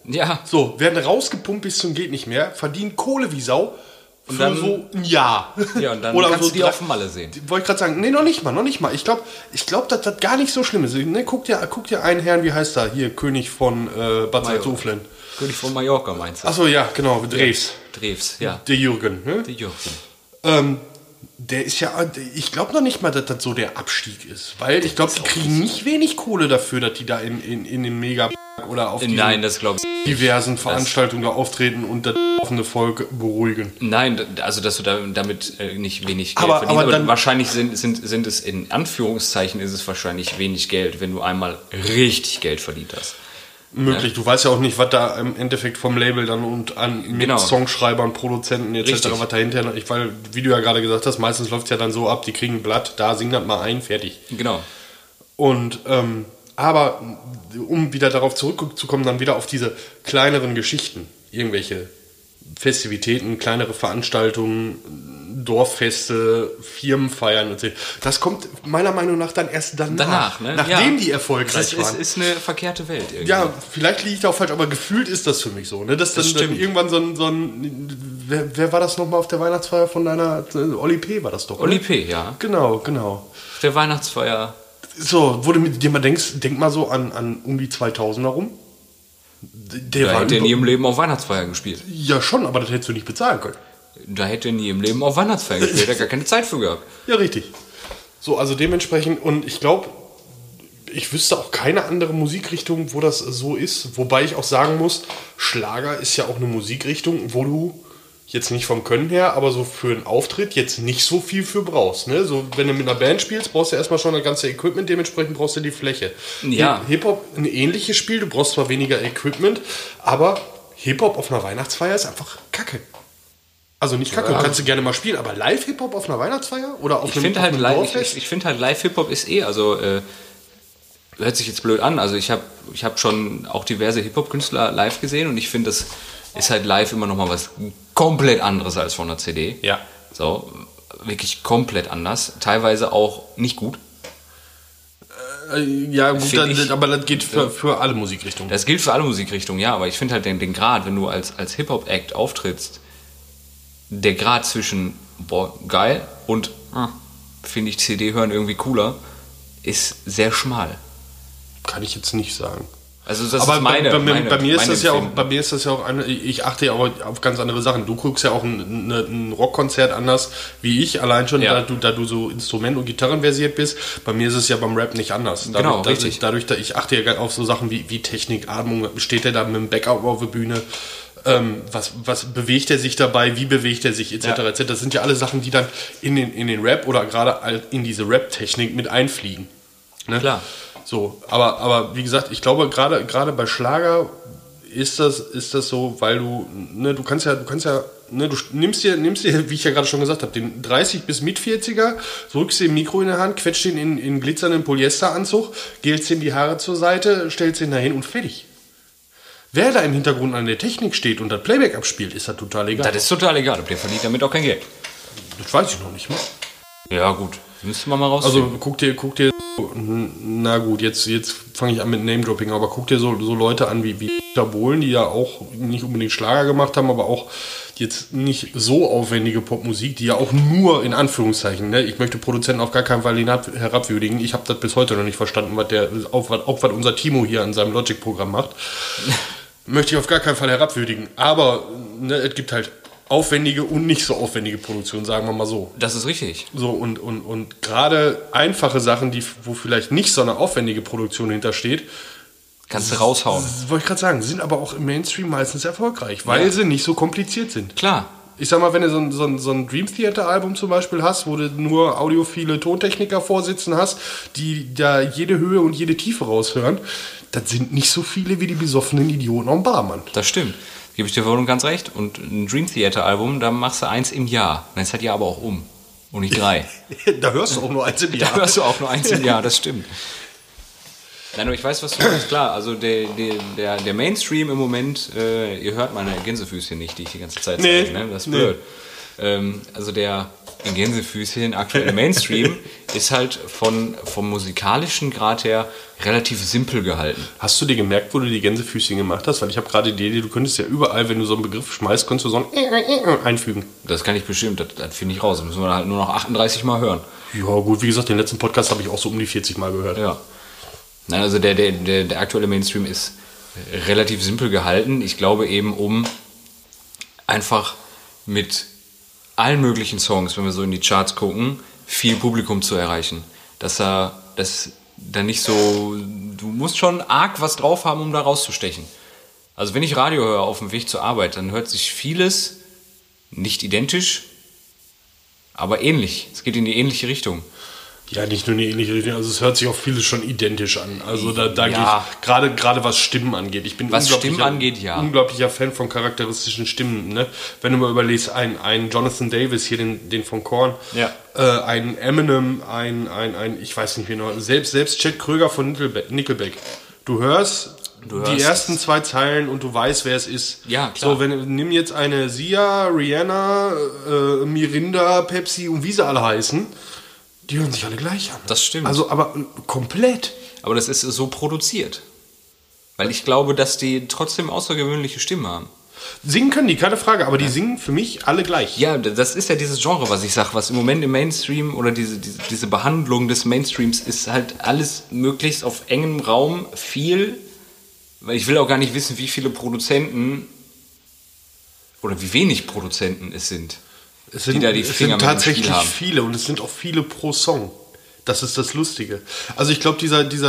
Ja. So, werden rausgepumpt bis zum geht nicht mehr, verdienen Kohle wie Sau für dann, so ein Jahr. Ja, und dann oder kannst so du die auf dem Malle sehen. Wollte ich gerade sagen, nee, noch nicht mal. Ich glaube, dass das gar nicht so schlimm ist. Ne, guck dir einen Herrn, wie heißt er? Hier, König von Bad Salzuflen. König von Mallorca, meinst du? Achso, ja, genau, Drews. Drews, ja. Der Jürgen, ne? Der Jürgen. Der ist ja, ich glaube noch nicht mal, dass das so der Abstieg ist. Weil ich glaube, die kriegen nicht wenig Kohle dafür, dass die da in den Mega oder auf Nein, das glaube ich. diversen Veranstaltungen da auftreten und das offene Volk beruhigen. Nein, also dass du damit nicht wenig Geld Aber verdienst. Aber dann, wahrscheinlich sind es, in Anführungszeichen, ist es wahrscheinlich wenig Geld, wenn du einmal richtig Geld verdient hast. möglich. Ja. Du weißt ja auch nicht, was da im Endeffekt vom Label dann und mit Songschreibern, Produzenten etc. Richtig. was dahinter, weil, wie du ja gerade gesagt hast, meistens läuft es ja dann so ab, die kriegen ein Blatt, da sing das mal ein, fertig. Genau. Und aber um wieder darauf zurückzukommen, dann wieder auf diese kleineren Geschichten, irgendwelche Festivitäten, kleinere Veranstaltungen, Dorffeste, Firmenfeiern und so. Das kommt meiner Meinung nach dann erst danach ne? Nachdem die erfolgreich waren. Das ist eine verkehrte Welt irgendwie. Ja, vielleicht liege ich da auch falsch, aber gefühlt ist das für mich so. Ne? Dass dann irgendwann so ein wer war das nochmal auf der Weihnachtsfeier von deiner, Oli P. war das doch, Oli ne? P., ja. Genau. Auf der Weihnachtsfeier. So, wo du mit dir mal denkst, denk mal so an um die 2000er rum. Da hätte er nie im Leben auf Weihnachtsfeier gespielt. Ja, schon, aber das hättest du nicht bezahlen können. Da hätte er nie im Leben auf Weihnachtsfeier gespielt. Er hat gar keine Zeit für gehabt. Ja, richtig. So, also dementsprechend, und ich glaube, ich wüsste auch keine andere Musikrichtung, wo das so ist. Wobei ich auch sagen muss, Schlager ist ja auch eine Musikrichtung, wo du jetzt nicht vom Können her, aber so für einen Auftritt jetzt nicht so viel für brauchst. Ne? So, wenn du mit einer Band spielst, brauchst du erstmal schon das ganze Equipment, dementsprechend brauchst du die Fläche. Ja. Hip-Hop ein ähnliches Spiel, du brauchst zwar weniger Equipment, aber Hip-Hop auf einer Weihnachtsfeier ist einfach Kacke. Also nicht Kacke, kannst du gerne mal spielen, aber Live-Hip-Hop auf einer Weihnachtsfeier? Oder auf einem Dorffest? Ich finde halt Live-Hip-Hop ist also hört sich jetzt blöd an, also ich hab schon auch diverse Hip-Hop-Künstler live gesehen und ich finde, das ist halt live immer noch mal was komplett anderes als von der CD. Ja. So, wirklich komplett anders. Teilweise auch nicht gut. Ja, gut, aber das geht für alle Musikrichtungen. Das gilt für alle Musikrichtungen, ja, aber ich finde halt den Grad, wenn du als Hip-Hop-Act auftrittst, der Grad zwischen, boah, geil und finde ich CD hören irgendwie cooler, ist sehr schmal. Kann ich jetzt nicht sagen. Also das aber ist bei mir ist das ja auch ich achte ja auch auf ganz andere Sachen. Du guckst ja auch ein Rockkonzert anders wie ich, allein schon, da du so Instrument- und Gitarren versiert bist. Bei mir ist es ja beim Rap nicht anders. Richtig. Ich achte ja auf so Sachen wie Technik, Atmung, steht er da mit dem Backup auf der Bühne, was bewegt er sich dabei, wie bewegt er sich, etc. etc. Das sind ja alle Sachen, die dann in den Rap oder gerade in diese Rap-Technik mit einfliegen. Ne? Klar. So, aber wie gesagt, ich glaube, gerade bei Schlager ist das so, weil du nimmst dir, wie ich ja gerade schon gesagt habe, den 30 bis mit 40er, drückst dir ein Mikro in der Hand, quetscht ihn in glitzernden Polyesteranzug, gelst ihm die Haare zur Seite, stellst ihn dahin und fertig. Wer da im Hintergrund an der Technik steht und das Playback abspielt, ist das total egal. Das ist total egal, der verdient damit auch kein Geld. Das weiß ich noch nicht mal. Ja gut, müsste man mal rausfinden. Also guck dir, na gut, jetzt fange ich an mit Name-Dropping, aber guck dir so Leute an wie Dieter Bohlen, die ja auch nicht unbedingt Schlager gemacht haben, aber auch jetzt nicht so aufwendige Popmusik, die ja auch nur in Anführungszeichen, ne? Ich möchte Produzenten auf gar keinen Fall herabwürdigen, ich habe das bis heute noch nicht verstanden, was unser Timo hier an seinem Logic-Programm macht. Möchte ich auf gar keinen Fall herabwürdigen, aber ne, es gibt halt aufwendige und nicht so aufwendige Produktion, sagen wir mal so. Das ist richtig. So, und gerade einfache Sachen, wo vielleicht nicht so eine aufwendige Produktion hintersteht, kannst du raushauen. Wollte ich gerade sagen, sind aber auch im Mainstream meistens erfolgreich, weil sie nicht so kompliziert sind. Klar. Ich sag mal, wenn du so ein Dream Theater Album zum Beispiel hast, wo du nur audiophile Tontechniker vorsitzen hast, die da jede Höhe und jede Tiefe raushören, das sind nicht so viele wie die besoffenen Idioten am Barmann. Das stimmt. Gebe ich dir voll und ganz recht. Und ein Dream Theater Album, da machst du 1 im Jahr. Dann ist das Jahr aber auch um. Und nicht 3. Da hörst du auch nur 1 im Jahr. Da hörst du auch nur 1 im Jahr, das stimmt. Nein, aber ich weiß, was du meinst. Klar, also der Mainstream im Moment, ihr hört meine Gänsefüßchen nicht, die ich die ganze Zeit zeige. Ne? Das ist blöd. Also der in Gänsefüßchen aktuelle Mainstream ist halt vom musikalischen Grad her relativ simpel gehalten. Hast du dir gemerkt, wo du die Gänsefüßchen gemacht hast? Weil ich habe gerade die Idee, du könntest ja überall, wenn du so einen Begriff schmeißt, könntest du so ein einfügen. Das kann ich bestimmt, das finde ich raus. Das müssen wir halt nur noch 38 Mal hören. Ja gut, wie gesagt, den letzten Podcast habe ich auch so um die 40 Mal gehört. Ja. Nein, also der aktuelle Mainstream ist relativ simpel gehalten. Ich glaube eben, um einfach mit allen möglichen Songs, wenn wir so in die Charts gucken, viel Publikum zu erreichen. Dass da nicht so, du musst schon arg was drauf haben, um da rauszustechen. Also wenn ich Radio höre auf dem Weg zur Arbeit, dann hört sich vieles nicht identisch, aber ähnlich. Es geht in die ähnliche Richtung. Ja, nicht nur in die ähnliche Richtung, also es hört sich auch vieles schon identisch an. Also da Ja. gehe ich, gerade was Stimmen angeht. Ich bin unglaublicher Fan von charakteristischen Stimmen. Ne? Wenn du mal überlegst, ein Jonathan Davis, hier den von Korn, Ja. ein Eminem, ich weiß nicht genau, selbst Chad Kroeger von Nickelback. Du hörst die ersten 2 Zeilen und du weißt, wer es ist. Ja, klar. So, nimm jetzt eine Sia, Rihanna, Mirinda, Pepsi und wie sie alle heißen. Die hören sich alle gleich an. Das stimmt. Also, aber komplett. Aber das ist so produziert. Weil ich glaube, dass die trotzdem außergewöhnliche Stimmen haben. Singen können die, keine Frage, aber die singen für mich alle gleich. Ja, das ist ja dieses Genre, was ich sage, was im Moment im Mainstream oder diese Behandlung des Mainstreams ist halt alles möglichst auf engem Raum viel, weil ich will auch gar nicht wissen, wie viele Produzenten oder wie wenig Produzenten es sind. Es sind tatsächlich viele und es sind auch viele pro Song. Das ist das Lustige. Also ich glaube,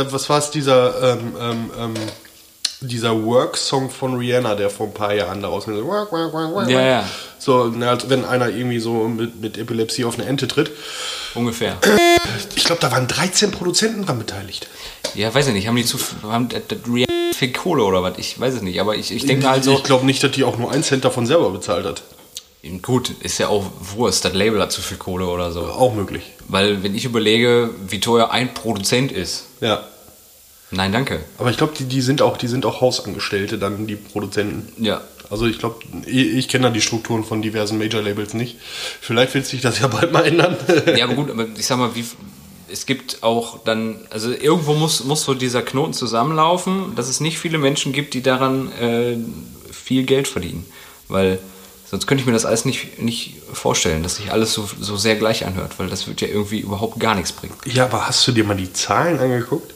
dieser Work-Song von Rihanna, der vor ein paar Jahren daraus mit Ja. so, als wenn einer irgendwie so mit Epilepsie auf eine Ente tritt. Ungefähr. Ich glaube, da waren 13 Produzenten dran beteiligt. Ja, weiß ich nicht. Haben Rihanna viel Kohle oder was? Ich weiß es nicht. Aber ich denke halt so. Ich glaube nicht, dass die auch nur 1 Cent davon selber bezahlt hat. Gut, ist ja auch Wurst. Das Label hat zu viel Kohle oder so. Auch möglich. Weil, wenn ich überlege, wie teuer ein Produzent ist. Ja. Nein, danke. Aber ich glaube, die sind auch Hausangestellte, dann die Produzenten. Ja. Also ich glaube, ich kenne da die Strukturen von diversen Major-Labels nicht. Vielleicht wird sich das ja bald mal ändern. Ja, aber gut, aber ich sag mal, es gibt auch dann, also irgendwo muss so dieser Knoten zusammenlaufen, dass es nicht viele Menschen gibt, die daran viel Geld verdienen. Weil sonst könnte ich mir das alles nicht vorstellen, dass sich alles so sehr gleich anhört, weil das wird ja irgendwie überhaupt gar nichts bringen. Ja, aber hast du dir mal die Zahlen angeguckt?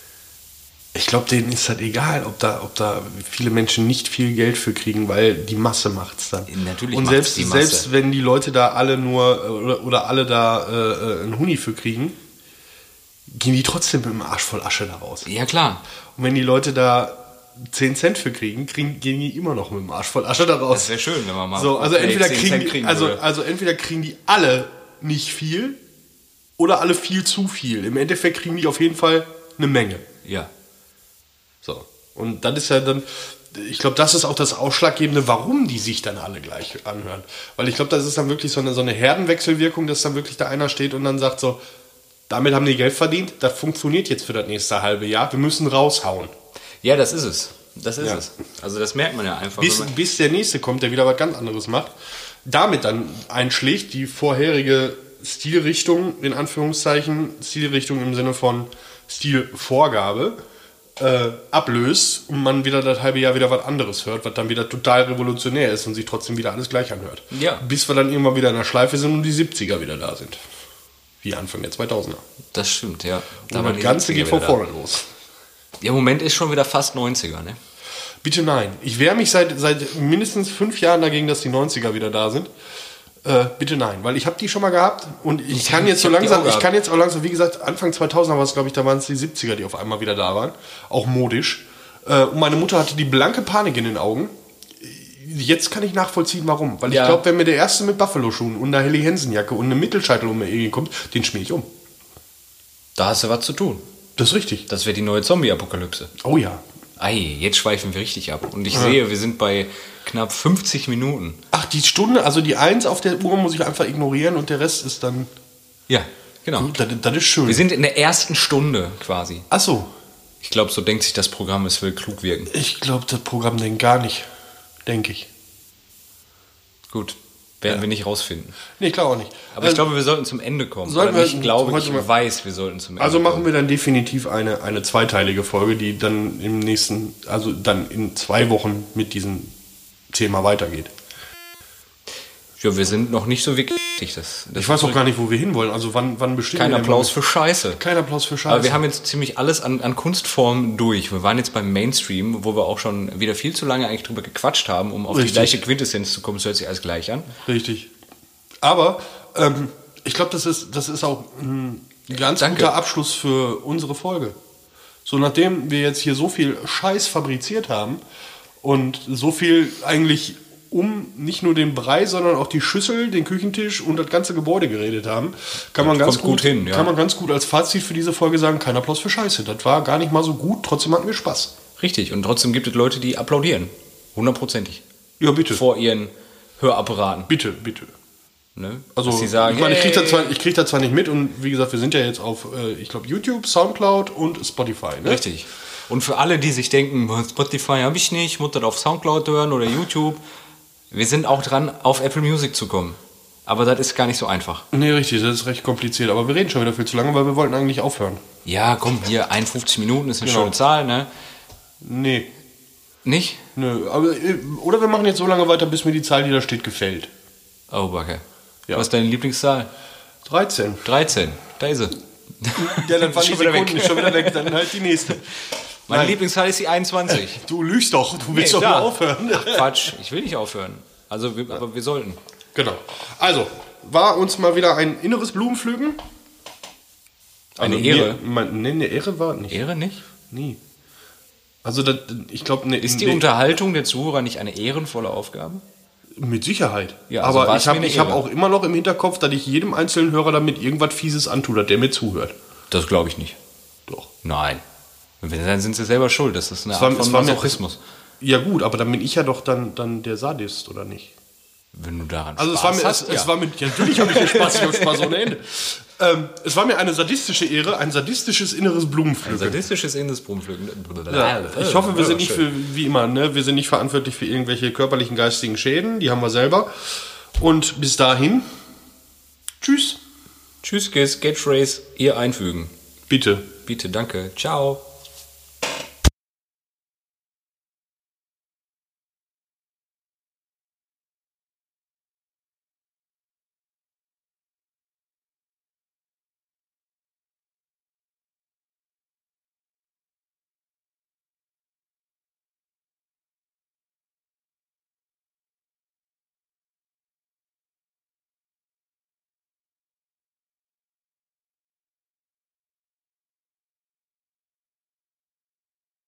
Ich glaube, denen ist das egal, ob da viele Menschen nicht viel Geld für kriegen, weil die Masse macht's dann. Natürlich. Und selbst wenn die Leute da alle nur oder alle da einen Huni für kriegen, gehen die trotzdem mit dem Arsch voll Asche da raus. Ja, klar. Und wenn die Leute da 10 Cent für gehen die immer noch mit dem Arsch voll Asche da raus. Das wäre schön, wenn man mal so, also entweder 10 kriegen Cent die, also entweder kriegen die alle nicht viel oder alle viel zu viel. Im Endeffekt kriegen die auf jeden Fall eine Menge. Ja. So. Und dann ist ja dann, ich glaube, das ist auch das Ausschlaggebende, warum die sich dann alle gleich anhören. Weil ich glaube, das ist dann wirklich so eine Herdenwechselwirkung, dass dann wirklich da einer steht und dann sagt so, damit haben die Geld verdient, das funktioniert jetzt für das nächste halbe Jahr, wir müssen raushauen. Ja, das ist es. Das ist es. Also das merkt man ja einfach. Bis der nächste kommt, der wieder was ganz anderes macht, damit dann einschlägt, die vorherige Stilrichtung, in Anführungszeichen, Stilrichtung im Sinne von Stilvorgabe, ablöst und man wieder das halbe Jahr wieder was anderes hört, was dann wieder total revolutionär ist und sich trotzdem wieder alles gleich anhört. Ja. Bis wir dann irgendwann wieder in der Schleife sind und die 70er wieder da sind. Wie Anfang der 2000er. Das stimmt, ja. Und das Ganze geht von vorne los. Im Moment ist schon wieder fast 90er, ne? Bitte nein. Ich wehre mich seit mindestens 5 Jahren dagegen, dass die 90er wieder da sind. Bitte nein, weil ich habe die schon mal gehabt und ich kann jetzt auch langsam, wie gesagt, Anfang 2000er war es, glaube ich, da waren es die 70er, die auf einmal wieder da waren, auch modisch. Und meine Mutter hatte die blanke Panik in den Augen. Jetzt kann ich nachvollziehen, warum. Weil ich glaube, wenn mir der Erste mit Buffalo-Schuhen und einer Helly Hansen-Jacke und eine Mittelscheitel um mir kommt, den schmier ich um. Da hast du was zu tun. Das ist richtig. Das wird die neue Zombie-Apokalypse. Oh ja. Ei, jetzt schweifen wir richtig ab. Und ich sehe, wir sind bei knapp 50 Minuten. Ach, die Stunde, also die 1 auf der Uhr muss ich einfach ignorieren und der Rest ist dann... Ja, genau. Gut, das ist schön. Wir sind in der ersten Stunde quasi. Ach so. Ich glaube, so denkt sich das Programm, es will klug wirken. Ich glaube, das Programm denkt gar nicht. Denke ich. Gut. Werden wir nicht rausfinden. Nee, klar auch nicht. Aber ich glaube, wir sollten zum Ende kommen. Sollten Oder wir ich glaube, heute ich mal- weiß, wir sollten zum Ende Also kommen. machen wir dann definitiv eine zweiteilige Folge, die dann im nächsten, also dann in 2 Wochen mit diesem Thema weitergeht. Ja, wir sind noch nicht so wirklich. Das Ich weiß auch gar nicht, wo wir hinwollen. Also wann bestimmt Kein wir denn Applaus mal- für Scheiße. Kein Applaus für Scheiße. Aber wir haben jetzt ziemlich alles an Kunstformen durch. Wir waren jetzt beim Mainstream, wo wir auch schon wieder viel zu lange eigentlich drüber gequatscht haben, um auf Richtig. die gleiche Quintessenz zu kommen. Es hört sich alles gleich an. Richtig. Aber ich glaube, das ist auch ein ganz Danke. guter Abschluss für unsere Folge. So, nachdem wir jetzt hier so viel Scheiß fabriziert haben und so viel eigentlich um nicht nur den Brei, sondern auch die Schüssel, den Küchentisch und das ganze Gebäude geredet haben, kann man ganz kommt gut hin, ja. Kann man ganz gut als Fazit für diese Folge sagen, kein Applaus für Scheiße. Das war gar nicht mal so gut, trotzdem hatten wir Spaß. Richtig. Und trotzdem gibt es Leute, die applaudieren. 100%ig. Ja, bitte. Vor ihren Hörapparaten. Bitte, bitte. Ne? Also, Dass sie sagen, ich meine, ich kriege hey. das, krieg das zwar nicht mit und wie gesagt, wir sind ja jetzt auf, ich glaube, YouTube, Soundcloud und Spotify. Ne? Richtig. Und für alle, die sich denken, Spotify habe ich nicht, muss das auf Soundcloud hören oder YouTube, wir sind auch dran, auf Apple Music zu kommen. Aber das ist gar nicht so einfach. Nee, richtig, das ist recht kompliziert. Aber wir reden schon wieder viel zu lange, weil wir wollten eigentlich aufhören. Ja, komm, hier 51 Minuten ist eine Genau. schöne Zahl, ne? Nee, Nicht? nö. Aber, oder wir machen jetzt so lange weiter, bis mir die Zahl, die da steht, gefällt. Oh, Backe. Ja. Was ist deine Lieblingszahl? 13. 13. Da ist sie. Ja, dann waren die Schon wieder Sekunden weg. schon wieder weg. Dann halt die nächste. Meine Nein. Lieblingszahl ist die 21. Du lügst doch, du willst doch klar. nur aufhören. Ach, Quatsch, ich will nicht aufhören. Also, aber wir sollten. Genau. Also, war uns mal wieder ein inneres Blumenpflücken. Eine Ehre. Nee, eine Ehre war nicht. Ehre nicht? Nie. Also, das, ich glaube, Ist die Unterhaltung der Zuhörer nicht eine ehrenvolle Aufgabe? mit Sicherheit. Ja, also aber war es ich habe mir eine ich hab Ehre. auch immer noch im Hinterkopf, dass ich jedem einzelnen Hörer damit irgendwas Fieses antue, der mir zuhört. Das glaube ich nicht. Doch. Nein. Dann sind sie selber schuld. Das ist eine Es war- Art es von war mir- Masochismus. Ja gut, aber dann bin ich ja doch dann der Sadist, oder nicht? Wenn du daran Also es Spaß war mir, hast, es war mir, ja, natürlich habe ich hier Spaß, ich habe Spaß ohne Ende. Es war mir eine sadistische Ehre, ein sadistisches inneres Ein Blumenpflücken. sadistisches Indusblumenpflücken. Ja, ich hoffe, wir sind nicht für, wie immer, ne, wir sind nicht verantwortlich für irgendwelche körperlichen, geistigen Schäden, die haben wir selber. Und bis dahin, tschüss, Tschüss, Catchphrase, ihr einfügen. bitte. Bitte, danke. Ciao.